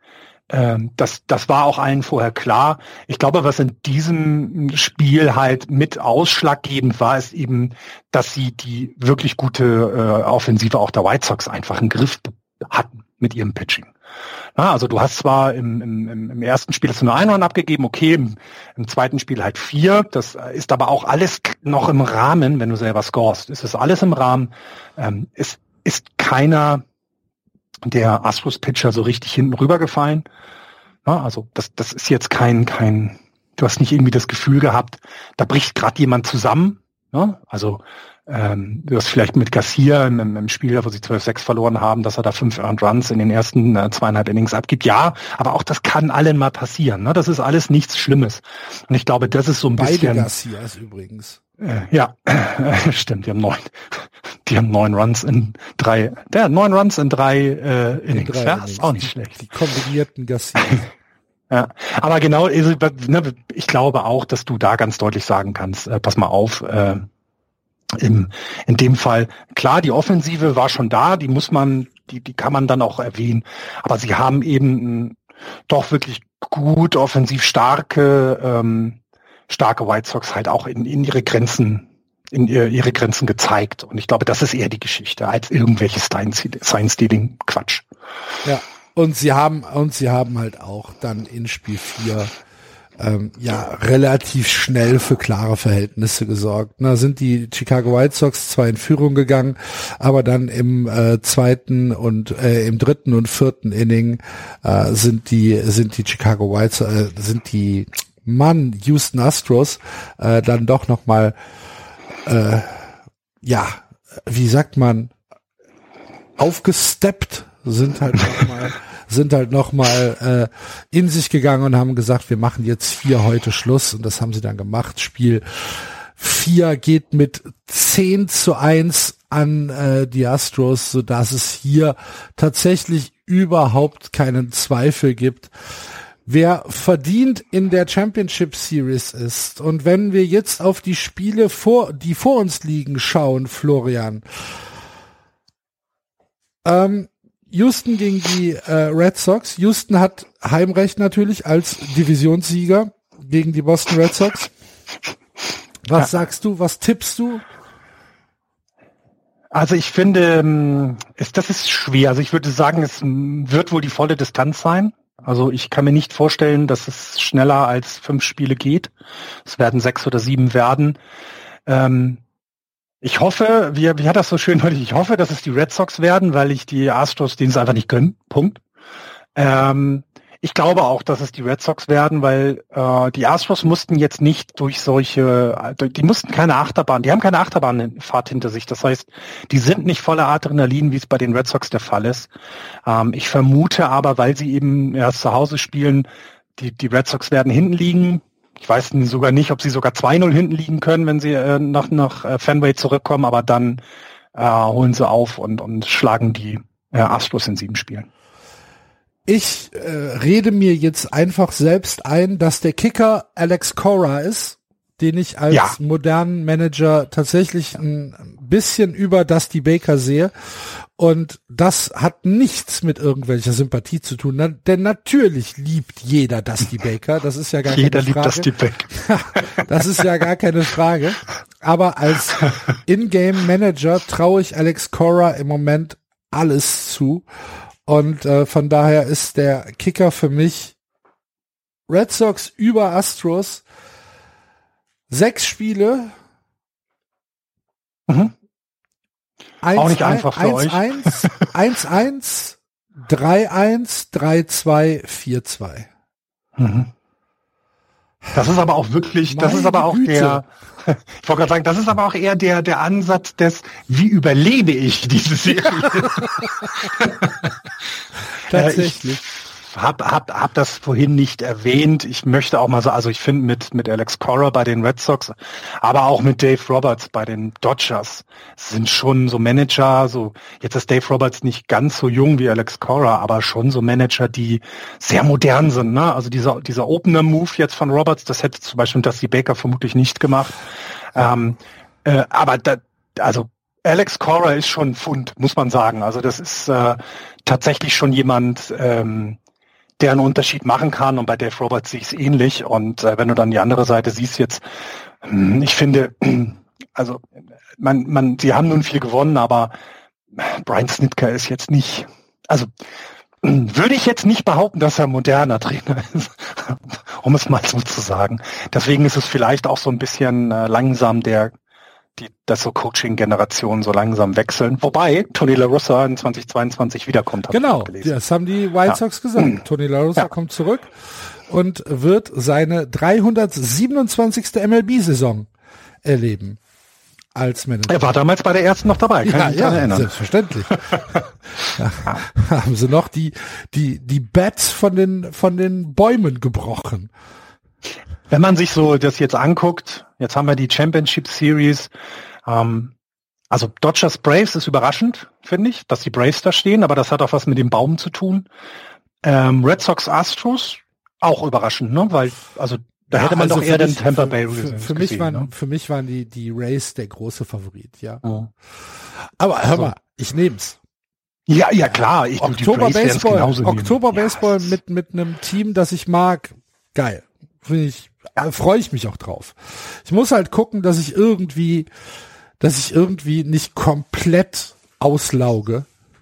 Speaker 3: Ähm, das, das war auch allen vorher klar. Ich glaube, was in diesem Spiel halt mit ausschlaggebend war, ist eben, dass sie die wirklich gute äh, Offensive auch der White Sox einfach im Griff hatten mit ihrem Pitching. Ja, also du hast zwar im, im, im ersten Spiel hast du nur ein Run abgegeben, okay, im, im zweiten Spiel halt vier. Das ist aber auch alles noch im Rahmen, wenn du selber scorest. Es ist alles im Rahmen. Ähm, es ist keiner der Astros-Pitcher so richtig hinten rübergefallen. Ja, also das, das ist jetzt kein, kein, du hast nicht irgendwie das Gefühl gehabt, da bricht gerade jemand zusammen, Ne? Also ähm, du hast vielleicht mit Garcia im, im Spiel, wo sie zwölf sechs verloren haben, dass er da fünf Earned Runs in den ersten äh, zweieinhalb Innings abgibt. Ja, aber auch das kann allen mal passieren. Ne? Das ist alles nichts Schlimmes. Und ich glaube, das ist so ein
Speaker 2: Beide
Speaker 3: bisschen...
Speaker 2: Beide Garcias übrigens.
Speaker 3: Äh, ja, stimmt, die haben neun, die haben neun Runs in drei, der neun Runs in drei äh, Innings.
Speaker 2: drei
Speaker 3: Ja,
Speaker 2: Innings.
Speaker 3: Ist auch nicht schlecht.
Speaker 2: Die kombinierten Garcias.
Speaker 3: Ja, aber genau, ich glaube auch, dass du da ganz deutlich sagen kannst, äh, pass mal auf, äh, im, in dem Fall, klar, die Offensive war schon da, die muss man, die, die kann man dann auch erwähnen, aber sie haben eben doch wirklich gut offensiv starke, ähm, starke White Sox halt auch in, in ihre Grenzen, in ihre, ihre Grenzen gezeigt. Und ich glaube, das ist eher die Geschichte als irgendwelche Sign-Stealing-Quatsch.
Speaker 2: Ja. Und sie haben, und sie haben halt auch dann in Spiel vier ähm, ja relativ schnell für klare Verhältnisse gesorgt. Da sind die Chicago White Sox zwar in Führung gegangen, aber dann im äh, zweiten und äh, im dritten und vierten Inning äh, sind die sind die Chicago White Sox, äh, sind die Mann Houston Astros äh, dann doch noch mal äh, ja, wie sagt man, aufgesteppt, sind halt noch mal sind halt noch mal äh, in sich gegangen und haben gesagt, wir machen jetzt vier heute Schluss, und das haben sie dann gemacht. Spiel vier geht mit zehn zu eins an äh, die Astros, so dass es hier tatsächlich überhaupt keinen Zweifel gibt, wer verdient in der Championship Series ist. Und wenn wir jetzt auf die Spiele vor, die vor uns liegen, schauen, Florian, ähm, Houston gegen die äh, Red Sox. Houston hat Heimrecht natürlich als Divisionssieger gegen die Boston Red Sox. Was ja. sagst du? Was tippst du?
Speaker 3: Also ich finde, ist, das ist schwer. Also ich würde sagen, es wird wohl die volle Distanz sein. Also ich kann mir nicht vorstellen, dass es schneller als fünf Spiele geht. Es werden sechs oder sieben werden. Ähm, Ich hoffe, wie, wie hat das so schön heute, ich hoffe, dass es die Red Sox werden, weil ich die Astros denen es einfach nicht gönnen. Punkt. Ähm, ich glaube auch, dass es die Red Sox werden, weil äh, die Astros mussten jetzt nicht durch solche, die mussten keine Achterbahn, die haben keine Achterbahnfahrt hinter sich. Das heißt, die sind nicht voller Adrenalin, wie es bei den Red Sox der Fall ist. Ähm, ich vermute aber, weil sie eben erst zu Hause spielen, die, die Red Sox werden hinten liegen. Ich weiß sogar nicht, ob sie sogar zwei null hinten liegen können, wenn sie äh, nach, nach äh, Fenway zurückkommen, aber dann äh, holen sie auf und, und schlagen die äh, Astros in sieben Spielen.
Speaker 2: Ich äh, rede mir jetzt einfach selbst ein, dass der Kicker Alex Cora ist, den ich als ja. modernen Manager tatsächlich ein bisschen über Dusty Baker sehe. Und das hat nichts mit irgendwelcher Sympathie zu tun, na, denn natürlich liebt jeder Dusty Baker, das ist ja gar
Speaker 3: jeder
Speaker 2: keine Frage.
Speaker 3: Jeder liebt Dusty Baker.
Speaker 2: Das ist ja gar keine Frage. Aber als In-Game-Manager traue ich Alex Cora im Moment alles zu. Und äh, von daher ist der Kicker für mich Red Sox über Astros. Sechs Spiele.
Speaker 3: Mhm.
Speaker 2: eins,
Speaker 3: auch nicht einfach für euch.
Speaker 2: eins eins, drei eins, drei zwei, vier zwei.
Speaker 3: Mhm. Das ist aber auch wirklich, das
Speaker 2: Meine
Speaker 3: ist aber auch
Speaker 2: Güte.
Speaker 3: der, ich wollte gerade sagen, das ist aber auch eher der, der Ansatz des, wie überlebe ich diese Serie?
Speaker 2: Tatsächlich.
Speaker 3: Ich hab, hab, hab das vorhin nicht erwähnt. Ich möchte auch mal so, also ich finde mit, mit Alex Cora bei den Red Sox, aber auch mit Dave Roberts bei den Dodgers sind schon so Manager, so, jetzt ist Dave Roberts nicht ganz so jung wie Alex Cora, aber schon so Manager, die sehr modern sind, ne? Also dieser, dieser Opener-Move jetzt von Roberts, das hätte zum Beispiel Dusty Baker vermutlich nicht gemacht. Ähm, äh, aber da, also, Alex Cora ist schon ein Fund, muss man sagen. Also das ist äh, tatsächlich schon jemand, ähm, der einen Unterschied machen kann, und bei Dave Roberts sehe ich es ähnlich. Und äh, wenn du dann die andere Seite siehst jetzt, äh, ich finde, äh, also man, man, sie haben nun viel gewonnen, aber Brian Snitker ist jetzt nicht, also äh, würde ich jetzt nicht behaupten, dass er ein moderner Trainer ist, um es mal so zu sagen. Deswegen ist es vielleicht auch so ein bisschen äh, langsam der die, dass so Coaching-Generationen so langsam wechseln. Wobei Tony La Russa in zweitausendzweiundzwanzig wiederkommt.
Speaker 2: Genau, das haben die White Sox ja. gesagt. Tony La Russa ja. kommt zurück und wird seine dreihundertsiebenundzwanzigste M L B-Saison erleben. als Manager.
Speaker 3: Er war damals bei der ersten noch dabei, kann
Speaker 2: ja,
Speaker 3: ich mich
Speaker 2: ja,
Speaker 3: daran erinnern.
Speaker 2: Selbstverständlich. Ja, haben sie noch die, die, die Bats von den, von den Bäumen gebrochen.
Speaker 3: Wenn man sich so das jetzt anguckt, jetzt haben wir die Championship Series, ähm, also Dodgers Braves ist überraschend, finde ich, dass die Braves da stehen, aber das hat auch was mit dem Baum zu tun. Ähm, Red Sox Astros, auch überraschend, ne, weil, also da ja, hätte man also doch eher den Tampa Bay
Speaker 2: Rays für, für mich gesehen, waren ne? Für mich waren die die Rays der große Favorit, ja.
Speaker 3: ja.
Speaker 2: Aber hör mal, ich nehm's.
Speaker 3: Ja, ja klar. Ich,
Speaker 2: Oktober Baseball, Oktober Baseball ja, mit mit einem Team, das ich mag, geil. Finde ich, äh, freue ich mich auch drauf. Ich muss halt gucken, dass ich irgendwie, dass ich irgendwie nicht komplett auslauge.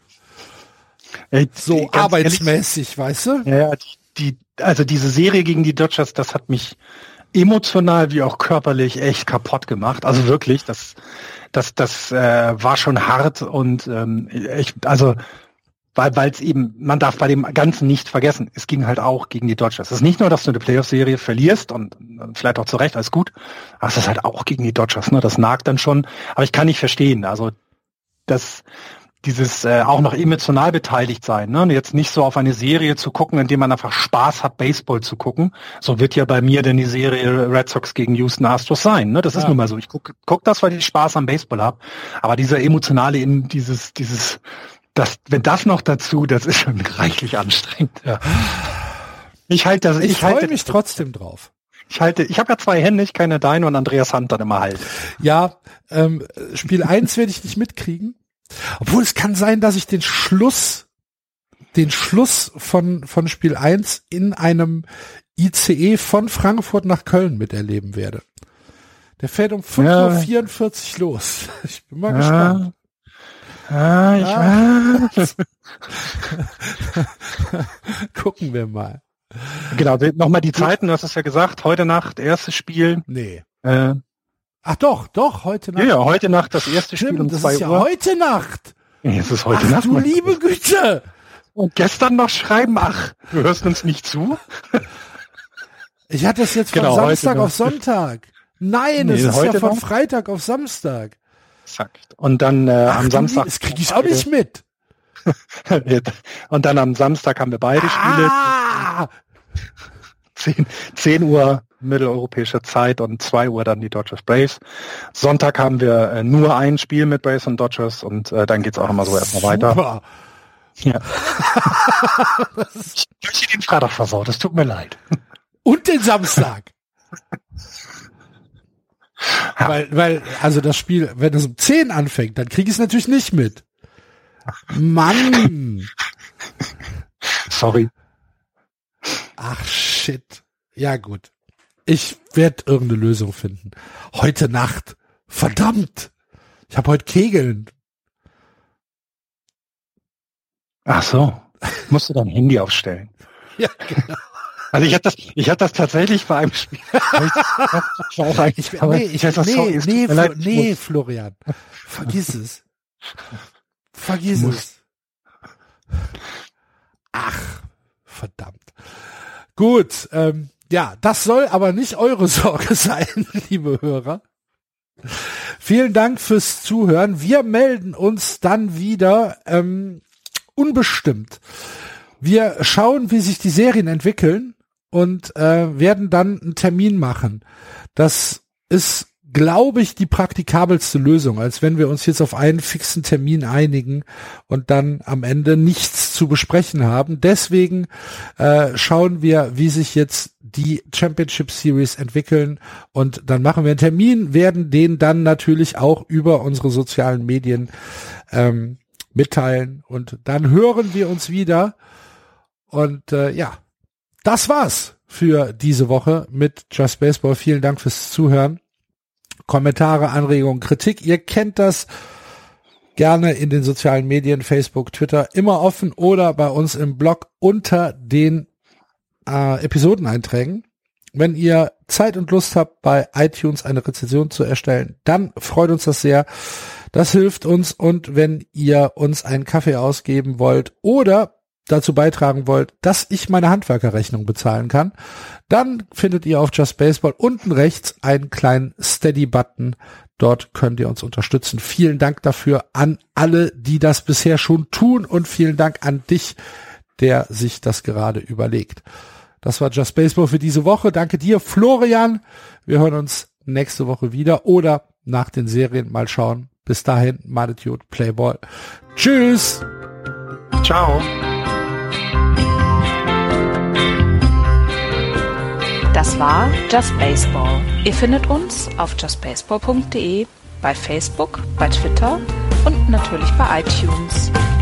Speaker 3: Äh,
Speaker 2: so arbeitsmäßig, ehrlich, weißt du?
Speaker 3: Ja, die Also diese Serie gegen die Dodgers, das hat mich emotional wie auch körperlich echt kaputt gemacht. Also wirklich, das, das, das äh, war schon hart und ähm, ich, also weil weil es eben, man darf bei dem Ganzen nicht vergessen, es ging halt auch gegen die Dodgers. Es ist nicht nur, dass du eine Playoff-Serie verlierst und vielleicht auch zu Recht, alles gut, aber es ist halt auch gegen die Dodgers, ne? Das nagt dann schon. Aber ich kann nicht verstehen, also das dieses äh, auch noch emotional beteiligt sein, ne? Jetzt nicht so auf eine Serie zu gucken, in der man einfach Spaß hat, Baseball zu gucken. So wird ja bei mir denn die Serie Red Sox gegen Houston Astros sein, ne? Das ja. ist nun mal so. Ich guck, guck das, weil ich Spaß am Baseball habe. Aber dieser emotionale, in dieses, dieses, das, wenn das noch dazu, das ist schon reichlich anstrengend. Ja. Ich halte das.
Speaker 2: Ich,
Speaker 3: ich
Speaker 2: freue
Speaker 3: halte
Speaker 2: mich trotzdem drauf.
Speaker 3: Ich halte, ich habe ja zwei Hände, ich kann ja deine und Andreas Hand dann immer halten.
Speaker 2: Ja, ähm, Spiel eins werde ich nicht mitkriegen. Obwohl es kann sein, dass ich den Schluss, den Schluss von, von Spiel eins in einem I C E von Frankfurt nach Köln miterleben werde. Der fährt um fünf Uhr vierundvierzig los. Ich bin mal ja. gespannt.
Speaker 3: Ah, ich
Speaker 2: ah. weiß. Gucken wir mal.
Speaker 3: Genau, nochmal die Zeiten, du hast es ja gesagt, heute Nacht, erstes Spiel.
Speaker 2: Nee.
Speaker 3: Äh,
Speaker 2: Ach doch, doch, heute Nacht.
Speaker 3: Ja, ja, heute Nacht das erste
Speaker 2: Stimmt,
Speaker 3: Spiel um
Speaker 2: das
Speaker 3: zwei
Speaker 2: ist ja
Speaker 3: Uhr.
Speaker 2: heute Nacht.
Speaker 3: Ja, es ist heute
Speaker 2: ach,
Speaker 3: Nacht.
Speaker 2: Du liebe Güte.
Speaker 3: Und gestern noch schreiben, ach, du hörst uns nicht zu?
Speaker 2: Ich hatte es jetzt von genau, Samstag auf Sonntag. Nein, es nee, ist ja von noch? Freitag auf Samstag.
Speaker 3: Exakt. Und dann äh, ach, am Samstag.
Speaker 2: Das krieg ich auch nicht mit.
Speaker 3: Und dann am Samstag haben wir beide Spiele.
Speaker 2: Ah!
Speaker 3: zehn Uhr mitteleuropäischer Zeit und zwei Uhr dann die Dodgers Braves. Sonntag haben wir äh, nur ein Spiel mit Braves und Dodgers und äh, dann geht's auch immer so erstmal weiter. Ja. Ich habe dir den Freitag versaut, das tut mir leid.
Speaker 2: Und den Samstag. Ja. Weil, weil, also das Spiel, wenn es um zehn anfängt, dann kriege ich es natürlich nicht mit. Mann.
Speaker 3: Sorry.
Speaker 2: Ach, shit. Ja, gut. Ich werde irgendeine Lösung finden. Heute Nacht. Verdammt. Ich habe heute Kegeln.
Speaker 3: Ach so. Musst du dein Handy aufstellen.
Speaker 2: Ja, genau.
Speaker 3: Also ich hatte das, ich hatte das tatsächlich bei einem Spiel. ich war auch eigentlich,
Speaker 2: ich, nee, ich, ich, nee, so, nee, Flo, nee, Florian. Vergiss es. Vergiss muss. es. Ach, verdammt. Gut, ähm, ja, das soll aber nicht eure Sorge sein, liebe Hörer. Vielen Dank fürs Zuhören. Wir melden uns dann wieder ähm, unbestimmt. Wir schauen, wie sich die Serien entwickeln und äh, werden dann einen Termin machen. Das ist, glaube ich, die praktikabelste Lösung, als wenn wir uns jetzt auf einen fixen Termin einigen und dann am Ende nichts zu besprechen haben. Deswegen äh, schauen wir, wie sich jetzt die Championship Series entwickeln und dann machen wir einen Termin, werden den dann natürlich auch über unsere sozialen Medien ähm, mitteilen und dann hören wir uns wieder. Und äh, ja, das war's für diese Woche mit Just Baseball. Vielen Dank fürs Zuhören. Kommentare, Anregungen, Kritik, ihr kennt das. Gerne in den sozialen Medien, Facebook, Twitter, immer offen oder bei uns im Blog unter den äh, Episodeneinträgen. Wenn ihr Zeit und Lust habt, bei iTunes eine Rezension zu erstellen, dann freut uns das sehr. Das hilft uns. Und wenn ihr uns einen Kaffee ausgeben wollt oder dazu beitragen wollt, dass ich meine Handwerkerrechnung bezahlen kann, dann findet ihr auf Just Baseball unten rechts einen kleinen Steady-Button. Dort könnt ihr uns unterstützen. Vielen Dank dafür an alle, die das bisher schon tun, und vielen Dank an dich, der sich das gerade überlegt. Das war Just Baseball für diese Woche. Danke dir, Florian. Wir hören uns nächste Woche wieder oder nach den Serien. Mal schauen. Bis dahin, madet gut, Playball. Tschüss.
Speaker 3: Ciao.
Speaker 1: Das war Just Baseball. Ihr findet uns auf just baseball punkt de, bei Facebook, bei Twitter und natürlich bei iTunes.